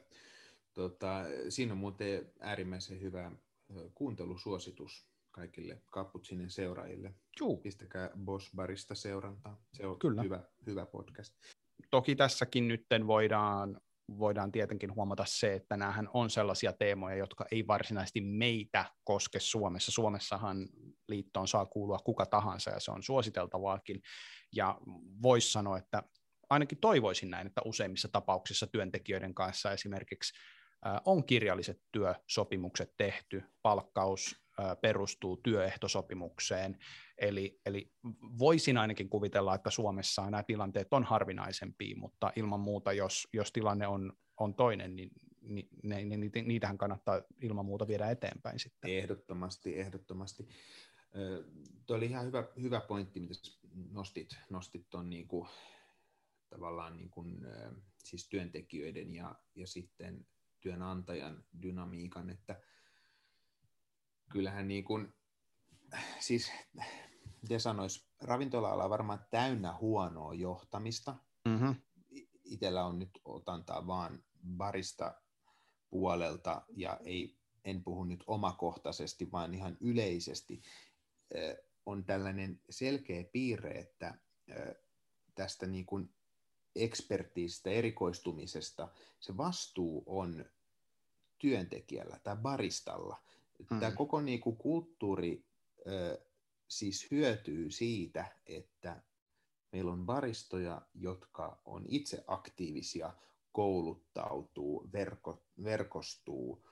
Siinä on muuten äärimmäisen hyvä kuuntelusuositus kaikille Cappuccinen seuraajille. Juu. Pistäkää Boss Barista seurantaa. Se on kyllä. Hyvä podcast. Toki tässäkin nyt voidaan tietenkin huomata se, että näähän on sellaisia teemoja, jotka ei varsinaisesti meitä koske Suomessa. Suomessahan liittoon saa kuulua kuka tahansa, ja se on suositeltavaakin. Ja voisi sanoa, että ainakin toivoisin näin, että useimmissa tapauksissa työntekijöiden kanssa esimerkiksi on kirjalliset työsopimukset tehty, palkkaus perustuu työehtosopimukseen, eli voisin ainakin kuvitella, että Suomessa nämä tilanteet on harvinaisempia, mutta ilman muuta, jos tilanne on toinen, niin niitähän kannattaa ilman muuta viedä eteenpäin sitten. Ehdottomasti. Tuo oli ihan hyvä pointti, mitä nostit tuon niinku, tavallaan niinku, siis työntekijöiden ja sitten työnantajan dynamiikan, että kyllähän niin kuin, siis miten sanois, ravintola-ala on varmaan täynnä huonoa johtamista. Mm-hmm. Itsellä on nyt otantaa vaan barista puolelta, ja en puhu nyt omakohtaisesti, vaan ihan yleisesti. On tällainen selkeä piirre, että tästä niin kuin ekspertiistä, erikoistumisesta, se vastuu on työntekijällä tai baristalla. Tämä koko niin kuin kulttuuri siis hyötyy siitä, että meillä on baristoja, jotka on itse aktiivisia, kouluttautuu, verkostuu,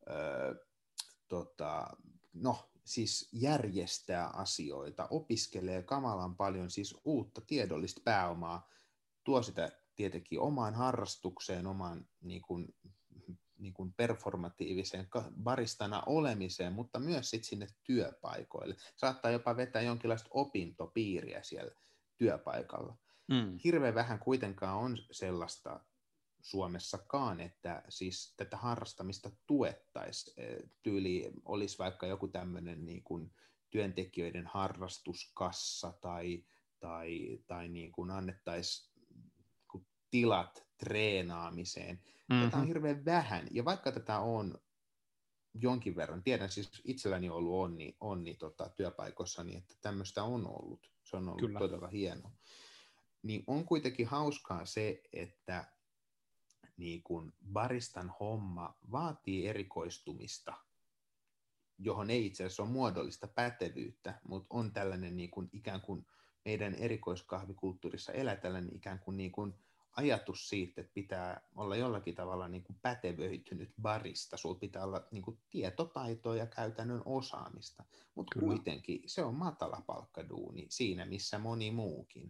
siis järjestää asioita, opiskelee kamalan paljon siis uutta tiedollista pääomaa, tuo sitä tietenkin omaan harrastukseen, omaan niin kuin performatiiviseen baristana olemiseen, mutta myös sit sinne työpaikoille. Saattaa jopa vetää jonkinlaista opintopiiriä siellä työpaikalla. Hirveän vähän kuitenkaan on sellaista Suomessakaan, että siis tätä harrastamista tuettaisiin. Tyyli olisi vaikka joku tämmöinen niin kuin työntekijöiden harrastuskassa tai niin kuin annettaisiin tilat treenaamiseen. Tätä on hirveän vähän, ja vaikka tätä on jonkin verran, tiedän siis itselläni on ollut onni työpaikoissani, että tämmöistä on ollut, se on ollut Kyllä. todella hienoa, niin on kuitenkin hauskaa se, että niin kun baristan homma vaatii erikoistumista, johon ei itse asiassa ole muodollista pätevyyttä, mutta on tällainen niin kun ikään kuin meidän erikoiskahvikulttuurissa elää tällainen ikään kuin, ajatus siitä, että pitää olla jollakin tavalla niin kuin pätevöitynyt barista, sulla pitää olla niin kuin tietotaitoa ja käytännön osaamista, mutta kuitenkin se on matalapalkkaduuni siinä, missä moni muukin.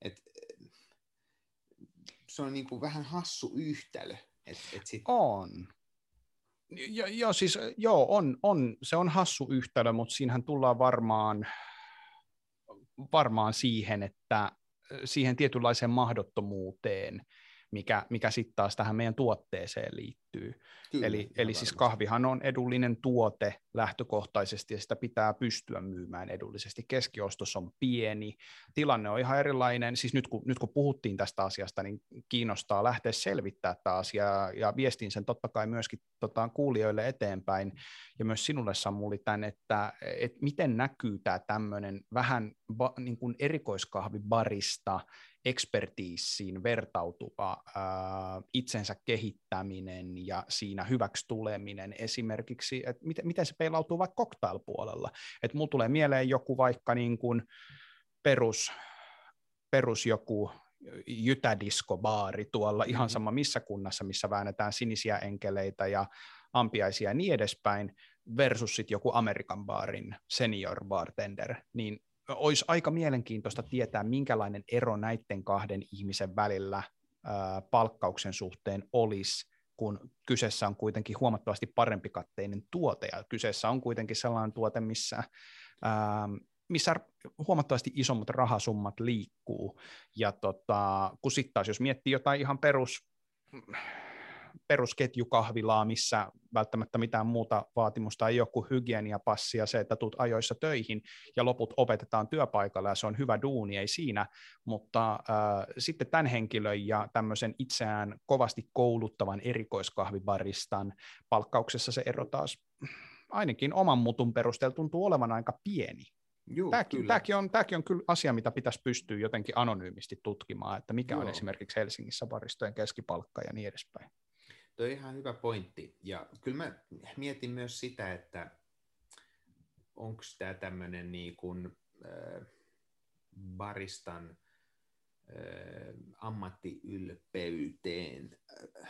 Se on niin kuin vähän hassu yhtälö. On. Se on hassu yhtälö, mutta siinähän tullaan varmaan siihen, että siihen tietynlaiseen mahdottomuuteen, mikä sitten taas tähän meidän tuotteeseen liittyy. Kyllä, Eli siis kahvihan on edullinen tuote lähtökohtaisesti ja sitä pitää pystyä myymään edullisesti. Keskiostos on pieni, tilanne on ihan erilainen. Siis nyt kun puhuttiin tästä asiasta, niin kiinnostaa lähteä selvittämään tätä asiaa ja viestin sen totta kai myöskin kuulijoille eteenpäin ja myös sinulle Samuli tämän, että miten näkyy tämä tämmöinen vähän niin kuin erikoiskahvibarista ekspertiisiin vertautuva itsensä kehittäminen ja siinä hyväksi tuleminen esimerkiksi, että miten se peilautuu vaikka cocktail-puolella. Että mulla tulee mieleen joku vaikka niin kuin perus joku jytädiskobaari tuolla ihan sama missä kunnassa, missä väännetään sinisiä enkeleitä ja ampiaisia ja niin edespäin, versus sitten joku Amerikan baarin senior bartender, niin olisi aika mielenkiintoista tietää, minkälainen ero näiden kahden ihmisen välillä palkkauksen suhteen olisi, kun kyseessä on kuitenkin huomattavasti parempi katteinen tuote, ja kyseessä on kuitenkin sellainen tuote, missä huomattavasti isommat rahasummat liikkuu, ja kun sitten taas jos miettii jotain ihan perusketjukahvilaa, missä välttämättä mitään muuta vaatimusta ei ole kuin hygieniapassi ja se, että tulet ajoissa töihin ja loput opetetaan työpaikalla ja se on hyvä duuni, ei siinä, mutta sitten tämän henkilön ja tämmöisen itseään kovasti kouluttavan erikoiskahvibaristan palkkauksessa se ero taas ainakin oman mutun perusteella tuntuu olevan aika pieni. Tämäkin on kyllä asia, mitä pitäisi pystyä jotenkin anonyymisti tutkimaan, että mikä on esimerkiksi Helsingissä baristojen keskipalkka ja niin edespäin. Tuo on ihan hyvä pointti. Ja kyllä mä mietin myös sitä, että onko tämä tämmöinen niin kuin baristan ammattiylpeyteen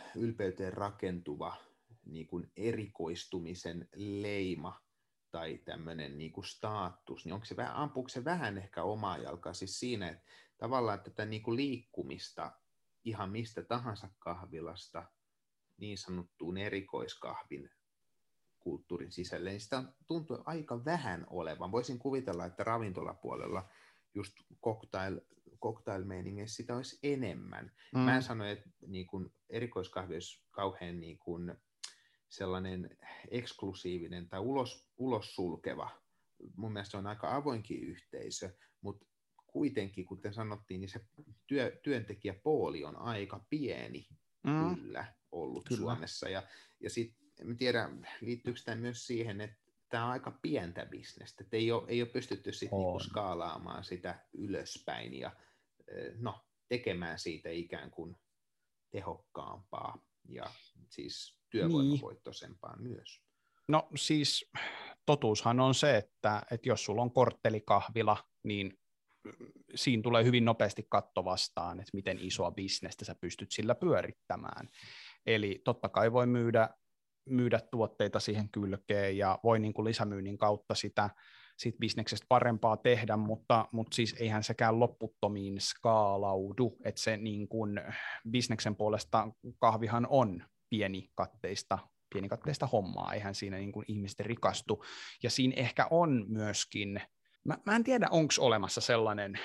rakentuva niin kuin erikoistumisen leima tai tämmöinen niin kuin status, niin ampuuko se vähän ehkä omaa jalkaa siis siinä, että tavallaan tätä niin kuin liikkumista ihan mistä tahansa kahvilasta niin sanottuun erikoiskahvin kulttuurin sisälle, niin sitä tuntuu aika vähän olevan. Voisin kuvitella, että ravintolapuolella just cocktail-meiningeissä sitä olisi enemmän. Mä en sano, että niin kuin erikoiskahvi olisi kauhean niin kuin sellainen eksklusiivinen tai ulos sulkeva. Mun mielestä se on aika avoinkin yhteisö, mutta kuitenkin, kuten sanottiin, niin se työntekijäpooli on aika pieni kyllä ollut Suomessa. Ja sitten en tiedä, liittyykö tämä myös siihen, että tämä on aika pientä bisnestä, että ei ole pystytty sitten niinku skaalaamaan sitä ylöspäin ja tekemään siitä ikään kuin tehokkaampaa ja siis työvoimavoittoisempaa myös. No siis totuushan on se, että jos sulla on korttelikahvila, niin siinä tulee hyvin nopeasti katto vastaan, että miten isoa bisnestä sä pystyt sillä pyörittämään. Eli totta kai voi myydä tuotteita siihen kylkeen ja voi niin kuin lisämyynnin kautta siitä bisneksestä parempaa tehdä, mutta siis eihän sekään loputtomiin skaalaudu, että se niin kuin bisneksen puolesta kahvihan on pienikatteista hommaa, eihän siinä niin kuin ihmiset rikastu, ja siinä ehkä on myöskin, mä en tiedä onko olemassa sellainen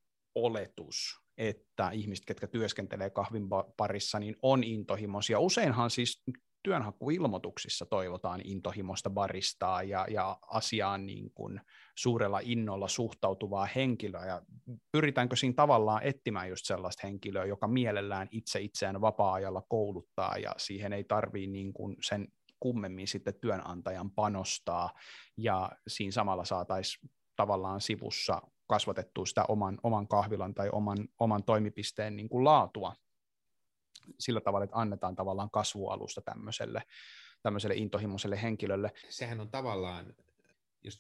oletus, että ihmiset, ketkä työskentelee kahvin parissa, niin on intohimoisia. Useinhan siis työnhakuilmoituksissa toivotaan intohimoista baristaa ja asiaan niin kuin suurella innolla suhtautuvaa henkilöä, ja pyritäänkö siinä tavallaan etsimään just sellaista henkilöä, joka mielellään itseään vapaa-ajalla kouluttaa, ja siihen ei tarvitse niin kuin sen kummemmin sitten työnantajan panostaa, ja siinä samalla saataisiin tavallaan sivussa kasvatettua sitä oman kahvilan tai oman toimipisteen niin kuin laatua sillä tavalla, että annetaan tavallaan kasvualusta tämmöiselle intohimoiselle henkilölle. Sehän on tavallaan, jos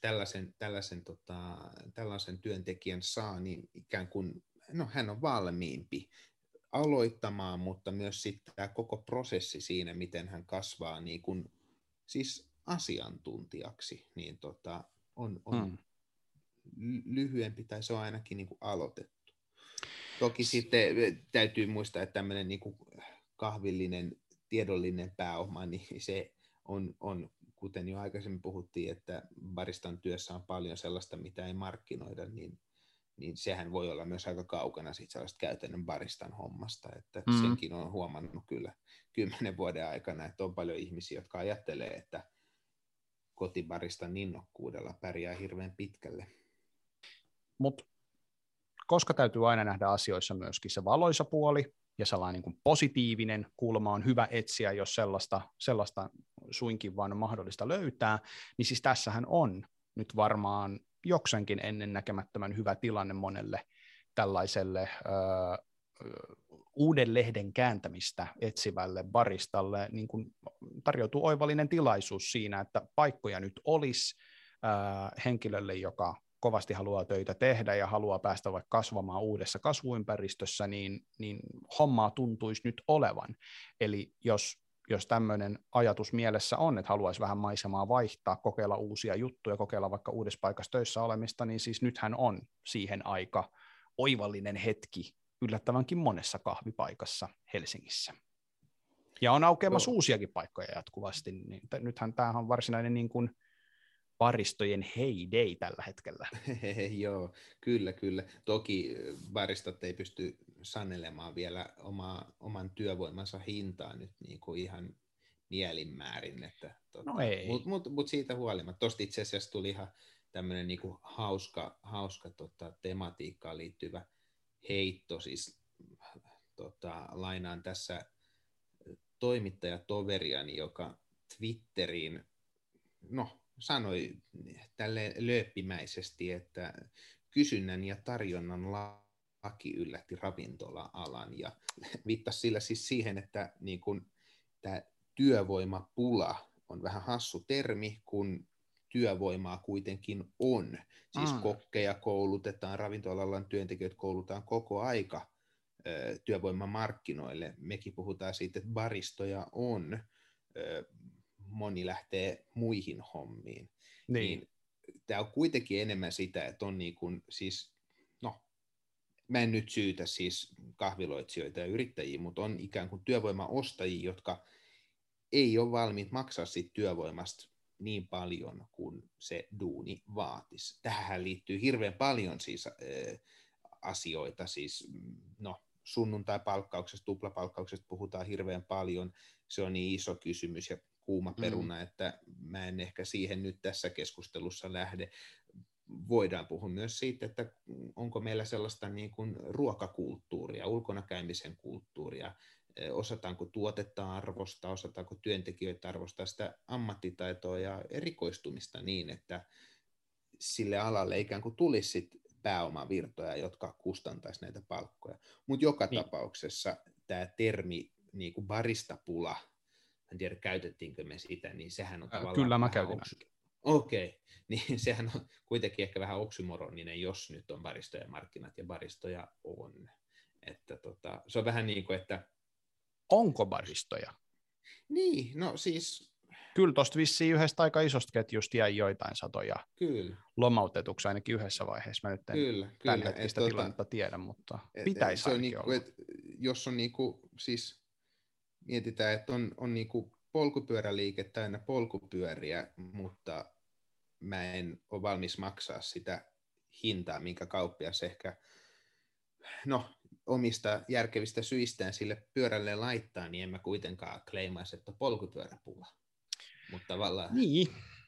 tällaisen työntekijän saa, niin ikään kuin, hän on valmiimpi aloittamaan, mutta myös sitten tämä koko prosessi siinä, miten hän kasvaa niin kuin, siis asiantuntijaksi, niin on lyhyempi, tai se on ainakin niin kuin aloitettu. Toki sitten täytyy muistaa, että tämmöinen niin kuin kahvillinen tiedollinen pääoma, niin se on, kuten jo aikaisemmin puhuttiin, että baristan työssä on paljon sellaista, mitä ei markkinoida, niin niin sehän voi olla myös aika kaukana siitä sellaista käytännön baristan hommasta, että Mm. senkin on huomannut kyllä 10 vuoden aikana, että on paljon ihmisiä, jotka ajattelee, että kotibaristan innokkuudella pärjää hirveän pitkälle. Mutta koska täytyy aina nähdä asioissa myöskin se valoisa puoli ja sellainen niin kuin positiivinen kulma on hyvä etsiä, jos sellaista suinkin vaan on mahdollista löytää, niin siis tässähän on nyt varmaan jokseenkin ennennäkemättömän hyvä tilanne monelle tällaiselle uuden lehden kääntämistä etsivälle baristalle, niin kuin tarjoutuu oivallinen tilaisuus siinä, että paikkoja nyt olisi henkilölle, joka kovasti haluaa töitä tehdä ja haluaa päästä vaikka kasvamaan uudessa kasvuympäristössä, niin hommaa tuntuisi nyt olevan. Eli jos tämmöinen ajatus mielessä on, että haluaisi vähän maisemaa vaihtaa, kokeilla uusia juttuja, kokeilla vaikka uudessa paikassa töissä olemista, niin siis nythän on siihen aika oivallinen hetki yllättävänkin monessa kahvipaikassa Helsingissä. Ja on aukeamassa uusiakin paikkoja jatkuvasti, niin nythän tämähän on varsinainen niin kuin baristojen heyday tällä hetkellä. Joo, kyllä. Toki baristat ei pysty sanelemaan vielä oman työvoimansa hintaa nyt niin kuin ihan mielinmäärin. Että, No ei. Mutta siitä huolimatta. Tuosta itse asiassa tuli ihan tämmöinen niin kuin hauska tematiikkaan liittyvä heitto. Siis, lainaan tässä toimittajatoveriani, joka Twitteriin, sanoi tälleen lööppimäisesti, että kysynnän ja tarjonnan laki yllätti ravintola-alan, ja viittasi sillä siis siihen, että niin kun tämä työvoimapula on vähän hassu termi, kun työvoimaa kuitenkin on. Siis kokkeja koulutetaan, ravintola-alan työntekijöitä koulutetaan koko aika työvoimamarkkinoille. Mekin puhutaan siitä, että baristoja on, moni lähtee muihin hommiin. Niin tämä on kuitenkin enemmän sitä, että on niin kuin, siis, mä en nyt syytä siis kahviloitsijoita ja yrittäjiä, mutta on ikään kuin työvoimaostajia, jotka ei ole valmiit maksaa siitä työvoimasta niin paljon kuin se duuni vaatisi. Tähän liittyy hirveän paljon siis asioita, siis sunnuntai-palkkauksesta, tuplapalkkauksesta puhutaan hirveän paljon, se on niin iso kysymys ja kuuma peruna, että mä en ehkä siihen nyt tässä keskustelussa lähde. Voidaan puhua myös siitä, että onko meillä sellaista niin kuin ruokakulttuuria, ulkona käymisen kulttuuria, osataanko tuotetta arvostaa, osataanko työntekijöitä arvostaa, sitä ammattitaitoa ja erikoistumista niin, että sille alalle ikään kuin tulisi sit pääomavirtoja, jotka kustantaisi näitä palkkoja. Mutta joka tapauksessa tämä termi niin kuin baristapula, en tiedä käytettiinkö me sitä, niin sehän on tavallaan kyllä mä käytin. Okei, niin sehän on kuitenkin ehkä vähän oksymoroninen, jos nyt on baristojen markkinat ja baristoja on. Että se on vähän niin kuin, että onko baristoja? Niin, no siis kyllä tuosta vissiin yhdestä aika isosta ketjusta jäi joitain satoja lomautetuksi ainakin yhdessä vaiheessa. Mä nyt en tällä hetkistä tilannetta tiedä, mutta pitäisi ainakin niinku, olla. Jos on niinku, siis mietitään, että on niinku polkupyöräliike täynnä polkupyöriä, mutta mä en ole valmis maksaa sitä hintaa, minkä kauppias ehkä omista järkevistä syistään sille pyörälle laittaa, niin en mä kuitenkaan kleimaisi, että on polkupyöräpula. Mutta tavallaan niin.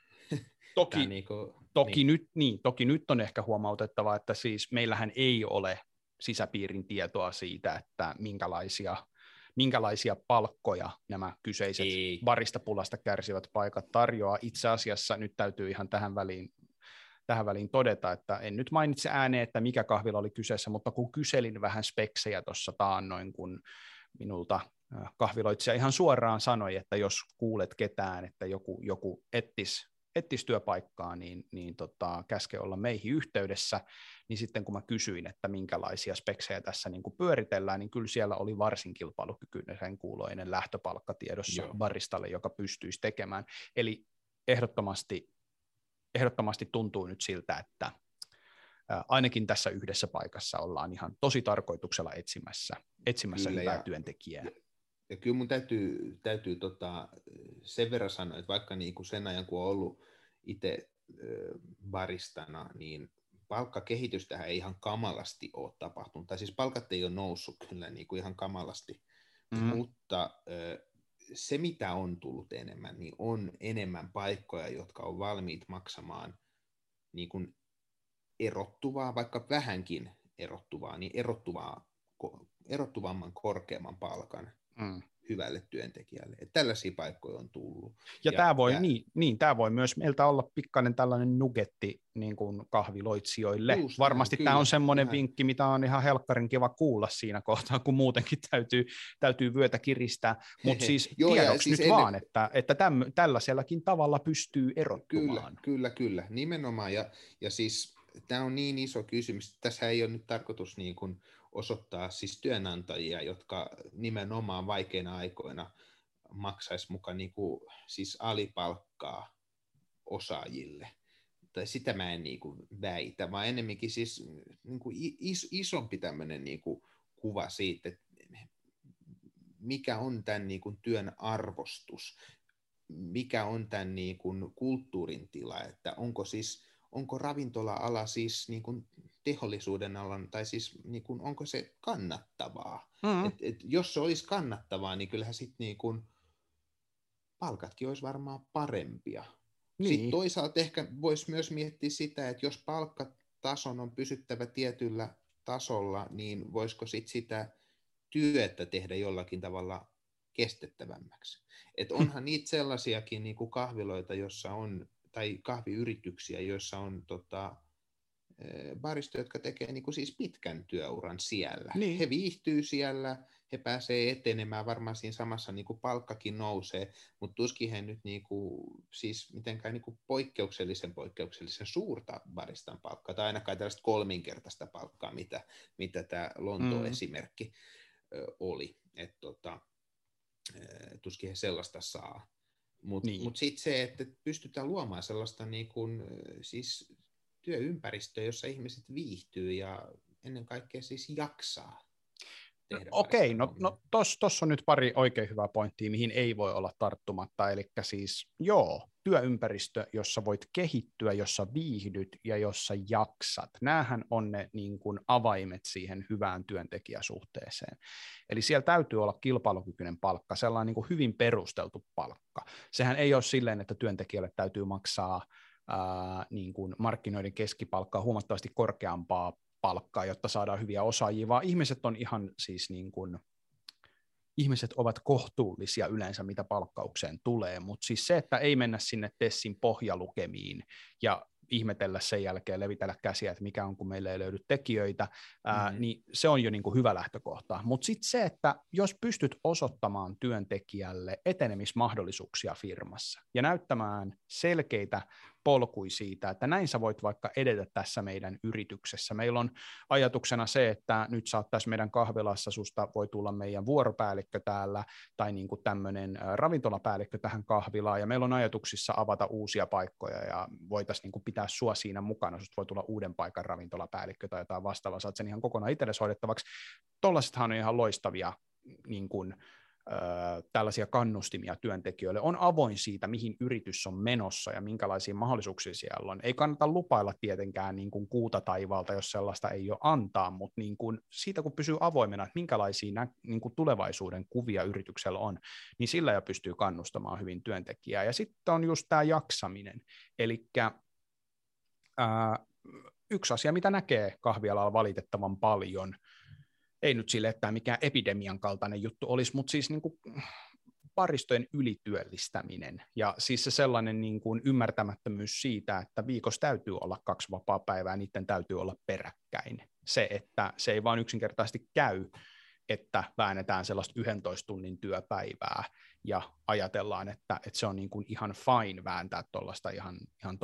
Toki nyt on ehkä huomautettava, että siis meillähän ei ole sisäpiirin tietoa siitä, että minkälaisia palkkoja nämä kyseiset baristapulasta kärsivät paikat tarjoaa. Itse asiassa nyt täytyy ihan tähän väliin todeta, että en nyt mainitse ääneen, että mikä kahvila oli kyseessä, mutta kun kyselin vähän speksejä tuossa taannoin, kun minulta kahviloitsija ihan suoraan sanoi, että jos kuulet ketään, että joku etsisi työpaikkaa, niin käske olla meihin yhteydessä, niin sitten kun mä kysyin, että minkälaisia speksejä tässä niin kuin pyöritellään, niin kyllä siellä oli varsin kilpailukykyinen kuuloinen lähtöpalkka tiedossa baristalle, joka pystyisi tekemään. Eli ehdottomasti tuntuu nyt siltä, että ainakin tässä yhdessä paikassa ollaan ihan tosi tarkoituksella etsimässä hyvää työntekijää. Ja kyllä mun täytyy sen verran sanoa, että vaikka niin kuin sen ajan, kun on ollut itse baristana, niin palkkakehitystähän ei ihan kamalasti ole tapahtunut, tai siis palkat ei ole noussut kyllä niin kuin ihan kamalasti, mutta se mitä on tullut enemmän, niin on enemmän paikkoja, jotka on valmiit maksamaan niin kuin erottuvaa, vaikka vähänkin erottuvaa, niin erottuvamman korkeamman palkan hyvälle työntekijälle. Että tällaisia paikkoja on tullut. Ja tämä voi myös meiltä olla pikkainen tällainen nugetti niin kuin kahviloitsijoille. Varmasti tämä on semmoinen vinkki, mitä on ihan helkkarin kiva kuulla siinä kohtaa, kun muutenkin täytyy vyötä kiristää. Mutta siis tiedoksi siis nyt vaan, että tällaisellakin tavalla pystyy erottumaan. Kyllä. Nimenomaan. Ja siis tämä on niin iso kysymys. Tässä ei ole nyt tarkoitus niin kuin osoittaa siis työnantajia, jotka nimenomaan vaikeina aikoina maksaisi mukaan niin kuin, siis alipalkkaa osaajille. Tai sitä mä en niin kuin väitä, vaan ennemminkin siis niin kuin isompi tämmöinen niin kuin kuva siitä, että mikä on tämän niin kuin työn arvostus, mikä on tämän niin kuin kulttuurin tila, että onko ravintola-ala siis niin kuin teollisuuden alan, tai siis niin kuin, onko se kannattavaa? Et jos se olisi kannattavaa, niin kyllähän sitten niin kuin palkatkin olisi varmaan parempia. Niin. Sitten toisaalta ehkä voisi myös miettiä sitä, että jos palkkatason on pysyttävä tietyllä tasolla, niin voisiko sitten sitä työtä tehdä jollakin tavalla kestettävämmäksi. Et onhan niitä sellaisiakin niin kuin kahviloita, jossa on, tai kahviyrityksiä, joissa on baristoja, jotka tekee niin kuin siis pitkän työuran siellä. Niin. He viihtyy siellä, he pääsee etenemään, varmaan siinä samassa niin kuin palkkakin nousee, mutta tuskin he nyt niin kuin, siis mitenkään niin kuin poikkeuksellisen suurta baristan palkkaa, tai ainakaan tällaista kolminkertaista palkkaa, mitä tämä Lontoon esimerkki oli. Tuskin he sellaista saa. Mutta sitten se, että pystytään luomaan sellaista niin kuin, siis työympäristöä, jossa ihmiset viihtyy ja ennen kaikkea siis jaksaa tehdä. Okei, no tossa on nyt pari oikein hyvää pointtia, mihin ei voi olla tarttumatta, eli siis työympäristö, jossa voit kehittyä, jossa viihdyt ja jossa jaksat. Nämähän on ne niin kuin avaimet siihen hyvään työntekijäsuhteeseen. Eli siellä täytyy olla kilpailukykyinen palkka, sellainen niin kuin hyvin perusteltu palkka. Sehän ei ole silleen, että työntekijälle täytyy maksaa niin kuin markkinoiden keskipalkkaa huomattavasti korkeampaa palkkaa, jotta saadaan hyviä osaajia, vaan ihmiset on ihan siis niin kuin, ihmiset ovat kohtuullisia yleensä, mitä palkkaukseen tulee, mutta siis se, että ei mennä sinne Tessin pohjalukemiin ja ihmetellä sen jälkeen, levitellä käsiä, että mikä on, kun meillä ei löydy tekijöitä, niin se on jo niin kuin hyvä lähtökohta. Mutta sitten se, että jos pystyt osoittamaan työntekijälle etenemismahdollisuuksia firmassa ja näyttämään selkeitä polkui siitä, että näin sä voit vaikka edetä tässä meidän yrityksessä. Meillä on ajatuksena se, että nyt sä oot tässä meidän kahvilassa, susta voi tulla meidän vuoropäällikkö täällä tai niin kuin tämmöinen ravintolapäällikkö tähän kahvilaan, ja meillä on ajatuksissa avata uusia paikkoja ja voitaisiin niin kuin pitää sua siinä mukana, susta voi tulla uuden paikan ravintolapäällikkö tai jotain vastaavaa, saat sen ihan kokonaan itsellesi hoidettavaksi. Tollaisethan on ihan loistavia niin kuin tällaisia kannustimia työntekijöille, on avoin siitä, mihin yritys on menossa ja minkälaisia mahdollisuuksia siellä on. Ei kannata lupailla tietenkään niin kuin kuuta taivaalta, jos sellaista ei ole antaa, mutta niin kuin siitä kun pysyy avoimena, että minkälaisia niin kuin tulevaisuuden kuvia yrityksellä on, niin sillä jo pystyy kannustamaan hyvin työntekijää. Ja sitten on just tämä jaksaminen, eli yksi asia, mitä näkee kahvialalla valitettavan paljon, ei nyt sille, että mikään epidemian kaltainen juttu olisi, mutta siis niin kuin baristojen ylityöllistäminen ja siis se sellainen niin kuin ymmärtämättömyys siitä, että viikossa täytyy olla 2 vapaapäivää, niiden täytyy olla peräkkäin. Se, että se ei vaan yksinkertaisesti käy, että väännetään sellaista 11 tunnin työpäivää ja ajatellaan, että se on niin kuin ihan fine vääntää tuollaista ihan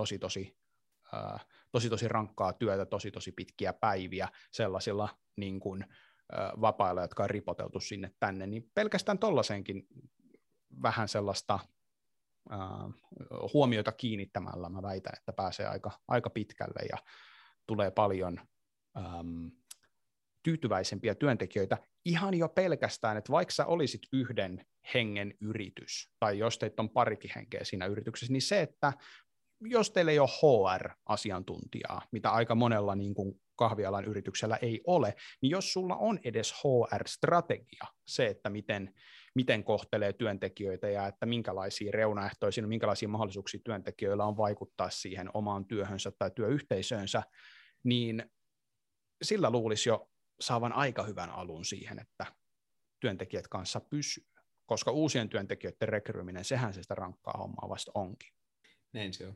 tosi rankkaa työtä, tosi pitkiä päiviä sellaisilla niin kuin vapailla, jotka on ripoteltu sinne tänne, niin pelkästään tollaiseenkin vähän sellaista huomiota kiinnittämällä mä väitän, että pääsee aika pitkälle ja tulee paljon tyytyväisempiä työntekijöitä ihan jo pelkästään, että vaikka sä olisit yhden hengen yritys, tai jos teitä on parikin henkeä siinä yrityksessä, niin se, että jos teillä ei ole HR-asiantuntijaa, mitä aika monella niin kuin kahvialan yrityksellä ei ole, niin jos sulla on edes HR-strategia, se, että miten kohtelee työntekijöitä ja että minkälaisia reunaehtoisia, minkälaisia mahdollisuuksia työntekijöillä on vaikuttaa siihen omaan työhönsä tai työyhteisöönsä, niin sillä luulisi jo saavan aika hyvän alun siihen, että työntekijät kanssa pysyy, koska uusien työntekijöiden rekryyminen, sehän se sitä rankkaa hommaa vasta onkin. Näin se on.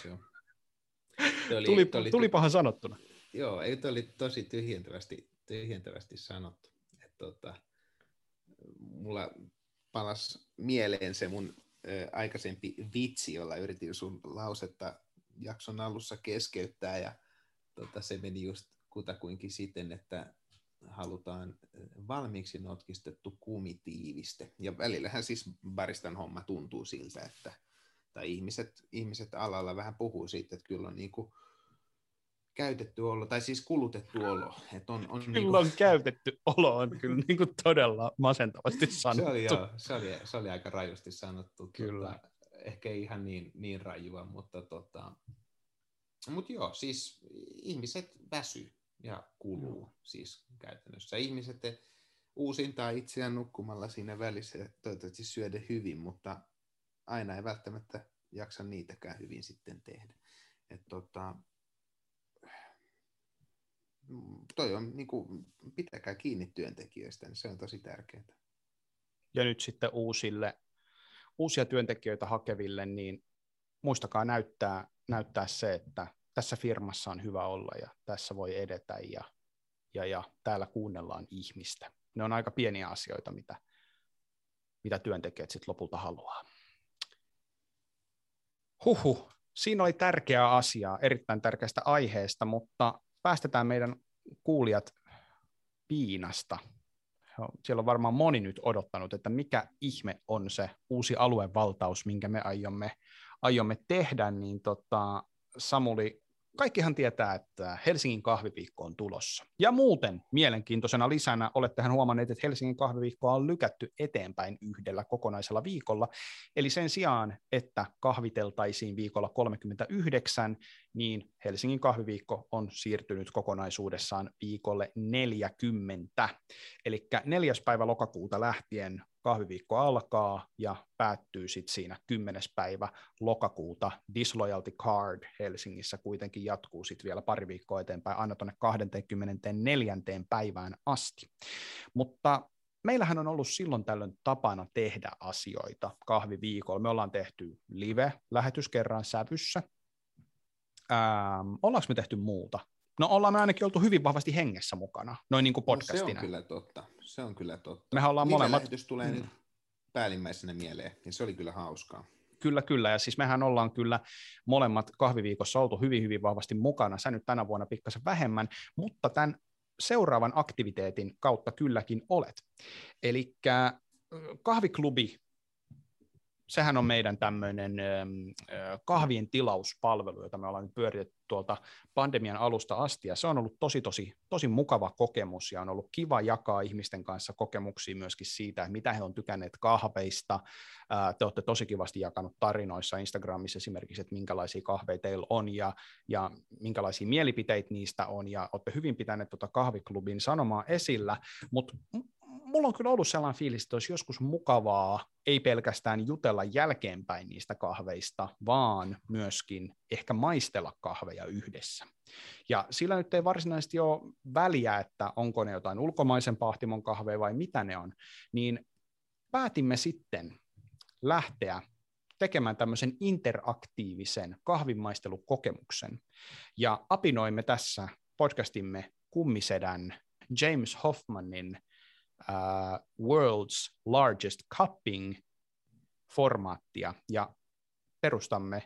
Tulipahan sanottuna. Joo, ei toi oli tosi tyhjentävästi sanottu. Mulla palasi mieleen se mun aikaisempi vitsi, jolla yritin sun lausetta jakson alussa keskeyttää, ja se meni just kutakuinkin siten, että halutaan valmiiksi notkistettu kumitiiviste. Ja välillähän siis baristan homma tuntuu siltä, että tai ihmiset alalla vähän puhuu siitä, että kyllä on niinku käytetty olo, tai siis kulutettu olo. Että on kyllä niinku on käytetty olo, on kyllä niinku todella masentavasti sanottu. Se oli aika rajusti sanottu. Kyllä. Ehkä ei ihan niin rajua, mutta joo, siis ihmiset väsy ja kuluu siis käytännössä. Ihmiset uusintaa itseään nukkumalla siinä välissä ja toivottavasti syödä hyvin, mutta aina ei välttämättä jaksa niitäkään hyvin sitten tehdä. Toi on niinku, pitäkää kiinni työntekijöistä, niin se on tosi tärkeää. Ja nyt sitten uusia työntekijöitä hakeville, niin muistakaa näyttää se, että tässä firmassa on hyvä olla ja tässä voi edetä ja täällä kuunnellaan ihmistä. Ne on aika pieniä asioita, mitä työntekijät sitten lopulta haluaa. Siinä oli tärkeää asiaa, erittäin tärkeästä aiheesta, mutta päästetään meidän kuulijat piinasta. Siellä on varmaan moni nyt odottanut, että mikä ihme on se uusi aluevaltaus, minkä me aiomme tehdä, niin Samuli, kaikkihan tietää, että Helsingin kahviviikko on tulossa. Ja muuten mielenkiintoisena lisänä olettehan huomanneet, että Helsingin kahviviikkoa on lykätty eteenpäin yhdellä kokonaisella viikolla. Eli sen sijaan, että kahviteltaisiin viikolla 39, niin Helsingin kahviviikko on siirtynyt kokonaisuudessaan viikolle 40. Eli 4. päivä lokakuuta lähtien kahviviikko alkaa ja päättyy sitten siinä 10. päivä lokakuuta. Disloyalty Card Helsingissä kuitenkin jatkuu sitten vielä pari viikkoa eteenpäin, aina tuonne 24. päivään asti. Mutta meillähän on ollut silloin tällöin tapana tehdä asioita kahviviikolla. Me ollaan tehty live-lähetys kerran sävyssä. Ollaanko me tehty muuta? No ollaan me ainakin oltu hyvin vahvasti hengessä mukana, noin niin kuin podcastina. Se on kyllä totta. Mehän ollaan molemmat. Lähetys tulee nyt päällimmäisenä mieleen, ja se oli kyllä hauskaa. Kyllä, ja siis mehän ollaan kyllä molemmat kahviviikossa oltu hyvin, hyvin vahvasti mukana. Sä nyt tänä vuonna pikkasen vähemmän, mutta tämän seuraavan aktiviteetin kautta kylläkin olet. Eli kahviklubi, sehän on meidän tämmöinen kahvien tilauspalvelu, jota me ollaan nyt pyöritetty tuolta pandemian alusta asti, ja se on ollut tosi mukava kokemus, ja on ollut kiva jakaa ihmisten kanssa kokemuksia myöskin siitä, että mitä he on tykänneet kahveista. Te olette tosi kivasti jakanut tarinoissa Instagramissa esimerkiksi, että minkälaisia kahveja teillä on, ja minkälaisia mielipiteitä niistä on, ja olette hyvin pitäneet kahviklubin sanomaa esillä, mutta mulla on kyllä ollut sellainen fiilis, että olisi joskus mukavaa, ei pelkästään jutella jälkeenpäin niistä kahveista, vaan myöskin ehkä maistella kahveja yhdessä. Ja sillä nyt ei varsinaisesti ole väliä, että onko ne jotain ulkomaisen pahtimon kahveja vai mitä ne on, niin päätimme sitten lähteä tekemään tämmöisen interaktiivisen kahvinmaistelukokemuksen. Ja apinoimme tässä podcastimme kummisedän James Hoffmanin World's Largest Cupping-formaattia, ja perustamme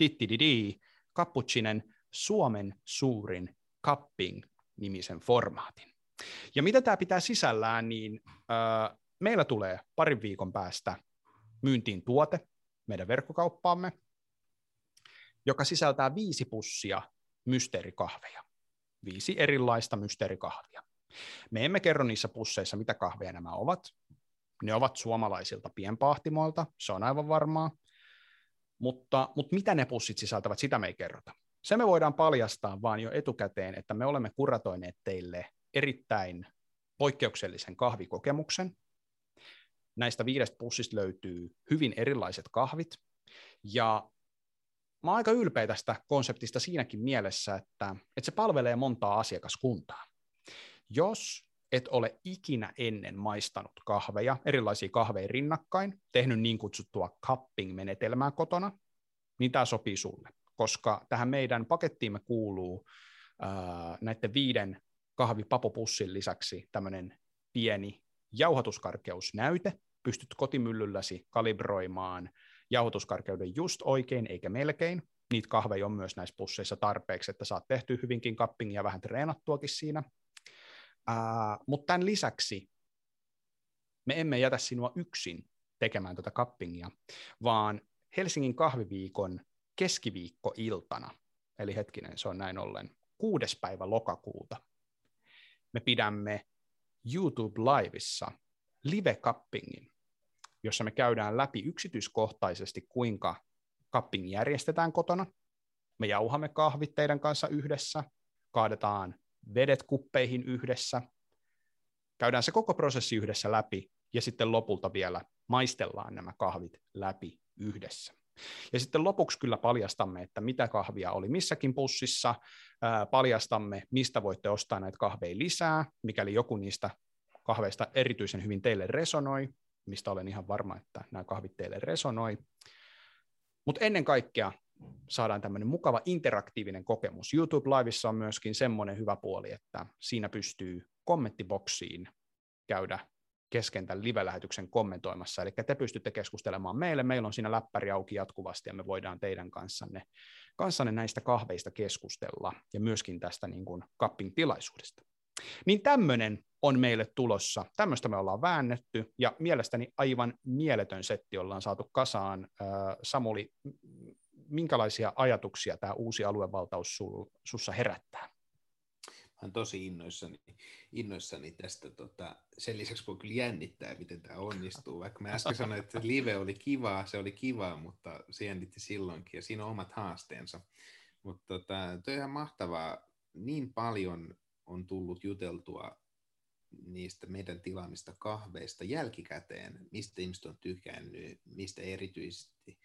Cappuccinen Suomen suurin cupping-nimisen formaatin. Ja mitä tämä pitää sisällään, niin meillä tulee parin viikon päästä myyntiin tuote meidän verkkokauppaamme, joka sisältää 5 pussia mysteerikahveja, 5 erilaista mysteerikahvia. Me emme kerro niissä pusseissa, mitä kahveja nämä ovat. Ne ovat suomalaisilta pienpahtimoilta, se on aivan varmaa. mutta mitä ne pussit sisältävät, sitä me ei kerrota. Se me voidaan paljastaa vaan jo etukäteen, että me olemme kuratoineet teille erittäin poikkeuksellisen kahvikokemuksen. Näistä 5 pussista löytyy hyvin erilaiset kahvit, ja mä oon aika ylpeä tästä konseptista siinäkin mielessä, että se palvelee montaa asiakaskuntaa. Jos et ole ikinä ennen maistanut kahveja, erilaisia kahveja rinnakkain, tehnyt niin kutsuttua cupping-menetelmää kotona, niin tämä sopii sulle, koska tähän meidän pakettiimme kuuluu näiden 5 kahvipapopussin lisäksi tämmöinen pieni jauhatuskarkeusnäyte. Pystyt kotimyllylläsi kalibroimaan jauhatuskarkeuden just oikein eikä melkein. Niitä kahveja on myös näissä pusseissa tarpeeksi, että saat tehtyä hyvinkin cuppingia ja vähän treenattuakin siinä. Mutta tämän lisäksi me emme jätä sinua yksin tekemään tätä cuppingia, vaan Helsingin kahviviikon keskiviikkoiltana, eli hetkinen, se on näin ollen 6. päivä lokakuuta, me pidämme YouTube Liveissa live-cuppingin, jossa me käydään läpi yksityiskohtaisesti, kuinka cupping järjestetään kotona. Me jauhamme kahvit teidän kanssa yhdessä, kaadetaan vedet kuppeihin yhdessä, käydään se koko prosessi yhdessä läpi, ja sitten lopulta vielä maistellaan nämä kahvit läpi yhdessä. Ja sitten lopuksi kyllä paljastamme, että mitä kahvia oli missäkin pussissa, paljastamme, mistä voitte ostaa näitä kahveja lisää, mikäli joku niistä kahveista erityisen hyvin teille resonoi, mistä olen ihan varma, että nämä kahvit teille resonoi. Mutta ennen kaikkea saadaan tämmöinen mukava interaktiivinen kokemus. YouTube Liveissa on myöskin semmoinen hyvä puoli, että siinä pystyy kommenttiboksiin käydä kesken tämän live-lähetyksen kommentoimassa, eli te pystytte keskustelemaan meillä on siinä läppäri auki jatkuvasti, ja me voidaan teidän kanssanne näistä kahveista keskustella, ja myöskin tästä niin kuin cupping-tilaisuudesta. Niin tämmöinen on meille tulossa, tämmöistä me ollaan väännetty, ja mielestäni aivan mieletön setti ollaan saatu kasaan. Samuli, minkälaisia ajatuksia tämä uusi aluevaltaus sussa herättää? Olen tosi innoissani tästä. Sen lisäksi voi kyllä jännittää, miten tämä onnistuu. Vaikka mä äsken sanoin, että live oli kivaa, se oli kivaa, mutta se jännitti silloinkin, ja siinä on omat haasteensa. Mutta toi on ihan mahtavaa. Niin paljon on tullut juteltua niistä meidän tilaamista kahveista jälkikäteen, mistä ihmiset on tykännyt, mistä erityisesti,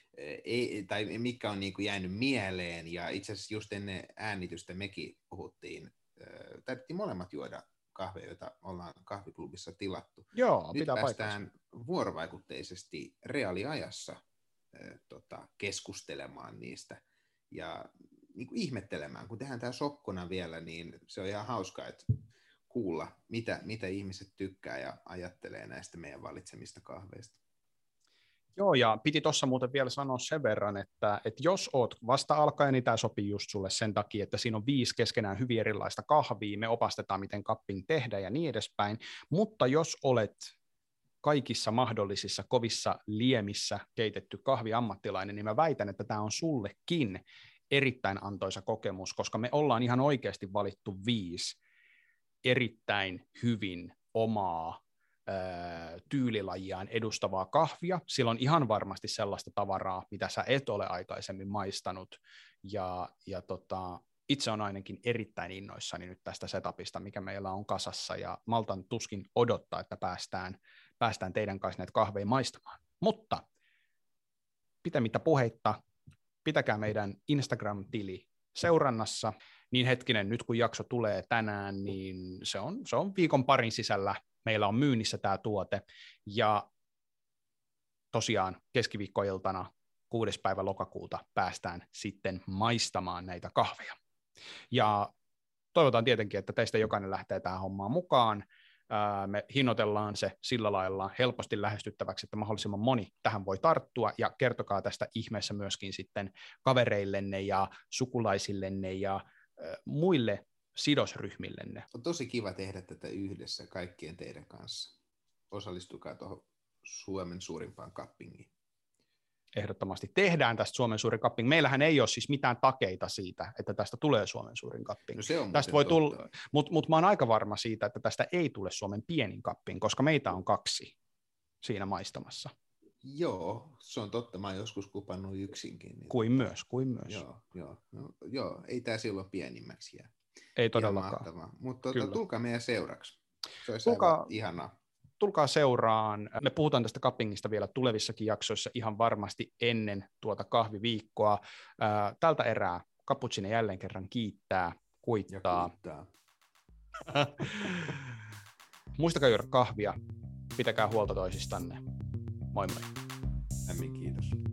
tai mikä on niin kuin jäänyt mieleen, ja itse asiassa just ennen äänitystä mekin taidettiin molemmat juoda kahveja, joita ollaan kahviklubissa tilattu. Joo, nyt pitää päästään vuorovaikutteisesti reaaliajassa keskustelemaan niistä ja niin kuin ihmettelemään. Kun tehdään tämä sokkona vielä, niin se on ihan hauskaa, että kuulla, mitä ihmiset tykkää ja ajattelee näistä meidän valitsemista kahveista. Joo, ja piti tuossa muuten vielä sanoa sen verran, että jos oot vasta alkaen, niin tämä sopii just sulle sen takia, että siinä on 5 keskenään hyvin erilaista kahvia, me opastetaan, miten cupping tehdään ja niin edespäin, mutta jos olet kaikissa mahdollisissa kovissa liemissä keitetty kahviammattilainen, niin mä väitän, että tämä on sullekin erittäin antoisa kokemus, koska me ollaan ihan oikeasti valittu 5 erittäin hyvin omaa tyylilajiaan edustavaa kahvia. Sillä on ihan varmasti sellaista tavaraa, mitä sä et ole aikaisemmin maistanut, ja itse on ainakin erittäin innoissani nyt tästä setupista, mikä meillä on kasassa, ja maltan tuskin odottaa, että päästään teidän kanssa näitä kahveja maistamaan. Mutta pitämättä puheitta, pitäkää meidän Instagram-tili seurannassa, niin hetkinen, nyt kun jakso tulee tänään, niin se on viikon parin sisällä. Meillä on myynnissä tämä tuote, ja tosiaan keskiviikkoiltana 6. päivä lokakuuta päästään sitten maistamaan näitä kahveja. Ja toivotaan tietenkin, että teistä jokainen lähtee tähän hommaan mukaan. Me hinnoitellaan se sillä lailla helposti lähestyttäväksi, että mahdollisimman moni tähän voi tarttua, ja kertokaa tästä ihmeessä myöskin sitten kavereillenne ja sukulaisillenne ja muille sidosryhmillenne. On tosi kiva tehdä tätä yhdessä kaikkien teidän kanssa. Osallistukaa tuohon Suomen suurimpaan cuppingiin. Ehdottomasti tehdään tästä Suomen suurin cupping. Meillähän ei ole siis mitään takeita siitä, että tästä tulee Suomen suurin cupping. No se on tästä voi tulla, mutta mä oon aika varma siitä, että tästä ei tule Suomen pienin cupping, koska meitä on 2 siinä maistamassa. Joo, se on totta. Mä oon joskus kupannut yksinkin. Niin Kuin myös. Joo, ei tää silloin pienimmäksi jää. Ei Ihan todellakaan. mahtavaa. Mutta Kyllä. tulkaa meidän seuraksi. Se olisi Tulkaa, aivan ihanaa. tulkaa seuraan. Me puhutaan tästä cuppingista vielä tulevissakin jaksoissa ihan varmasti ennen tuota kahviviikkoa. Tältä erää Cappuccino jälleen kerran kiittää, kuittaa. Muistakaa juoda kahvia, pitäkää huolta toisistanne. Moi moi. Lämmin kiitos.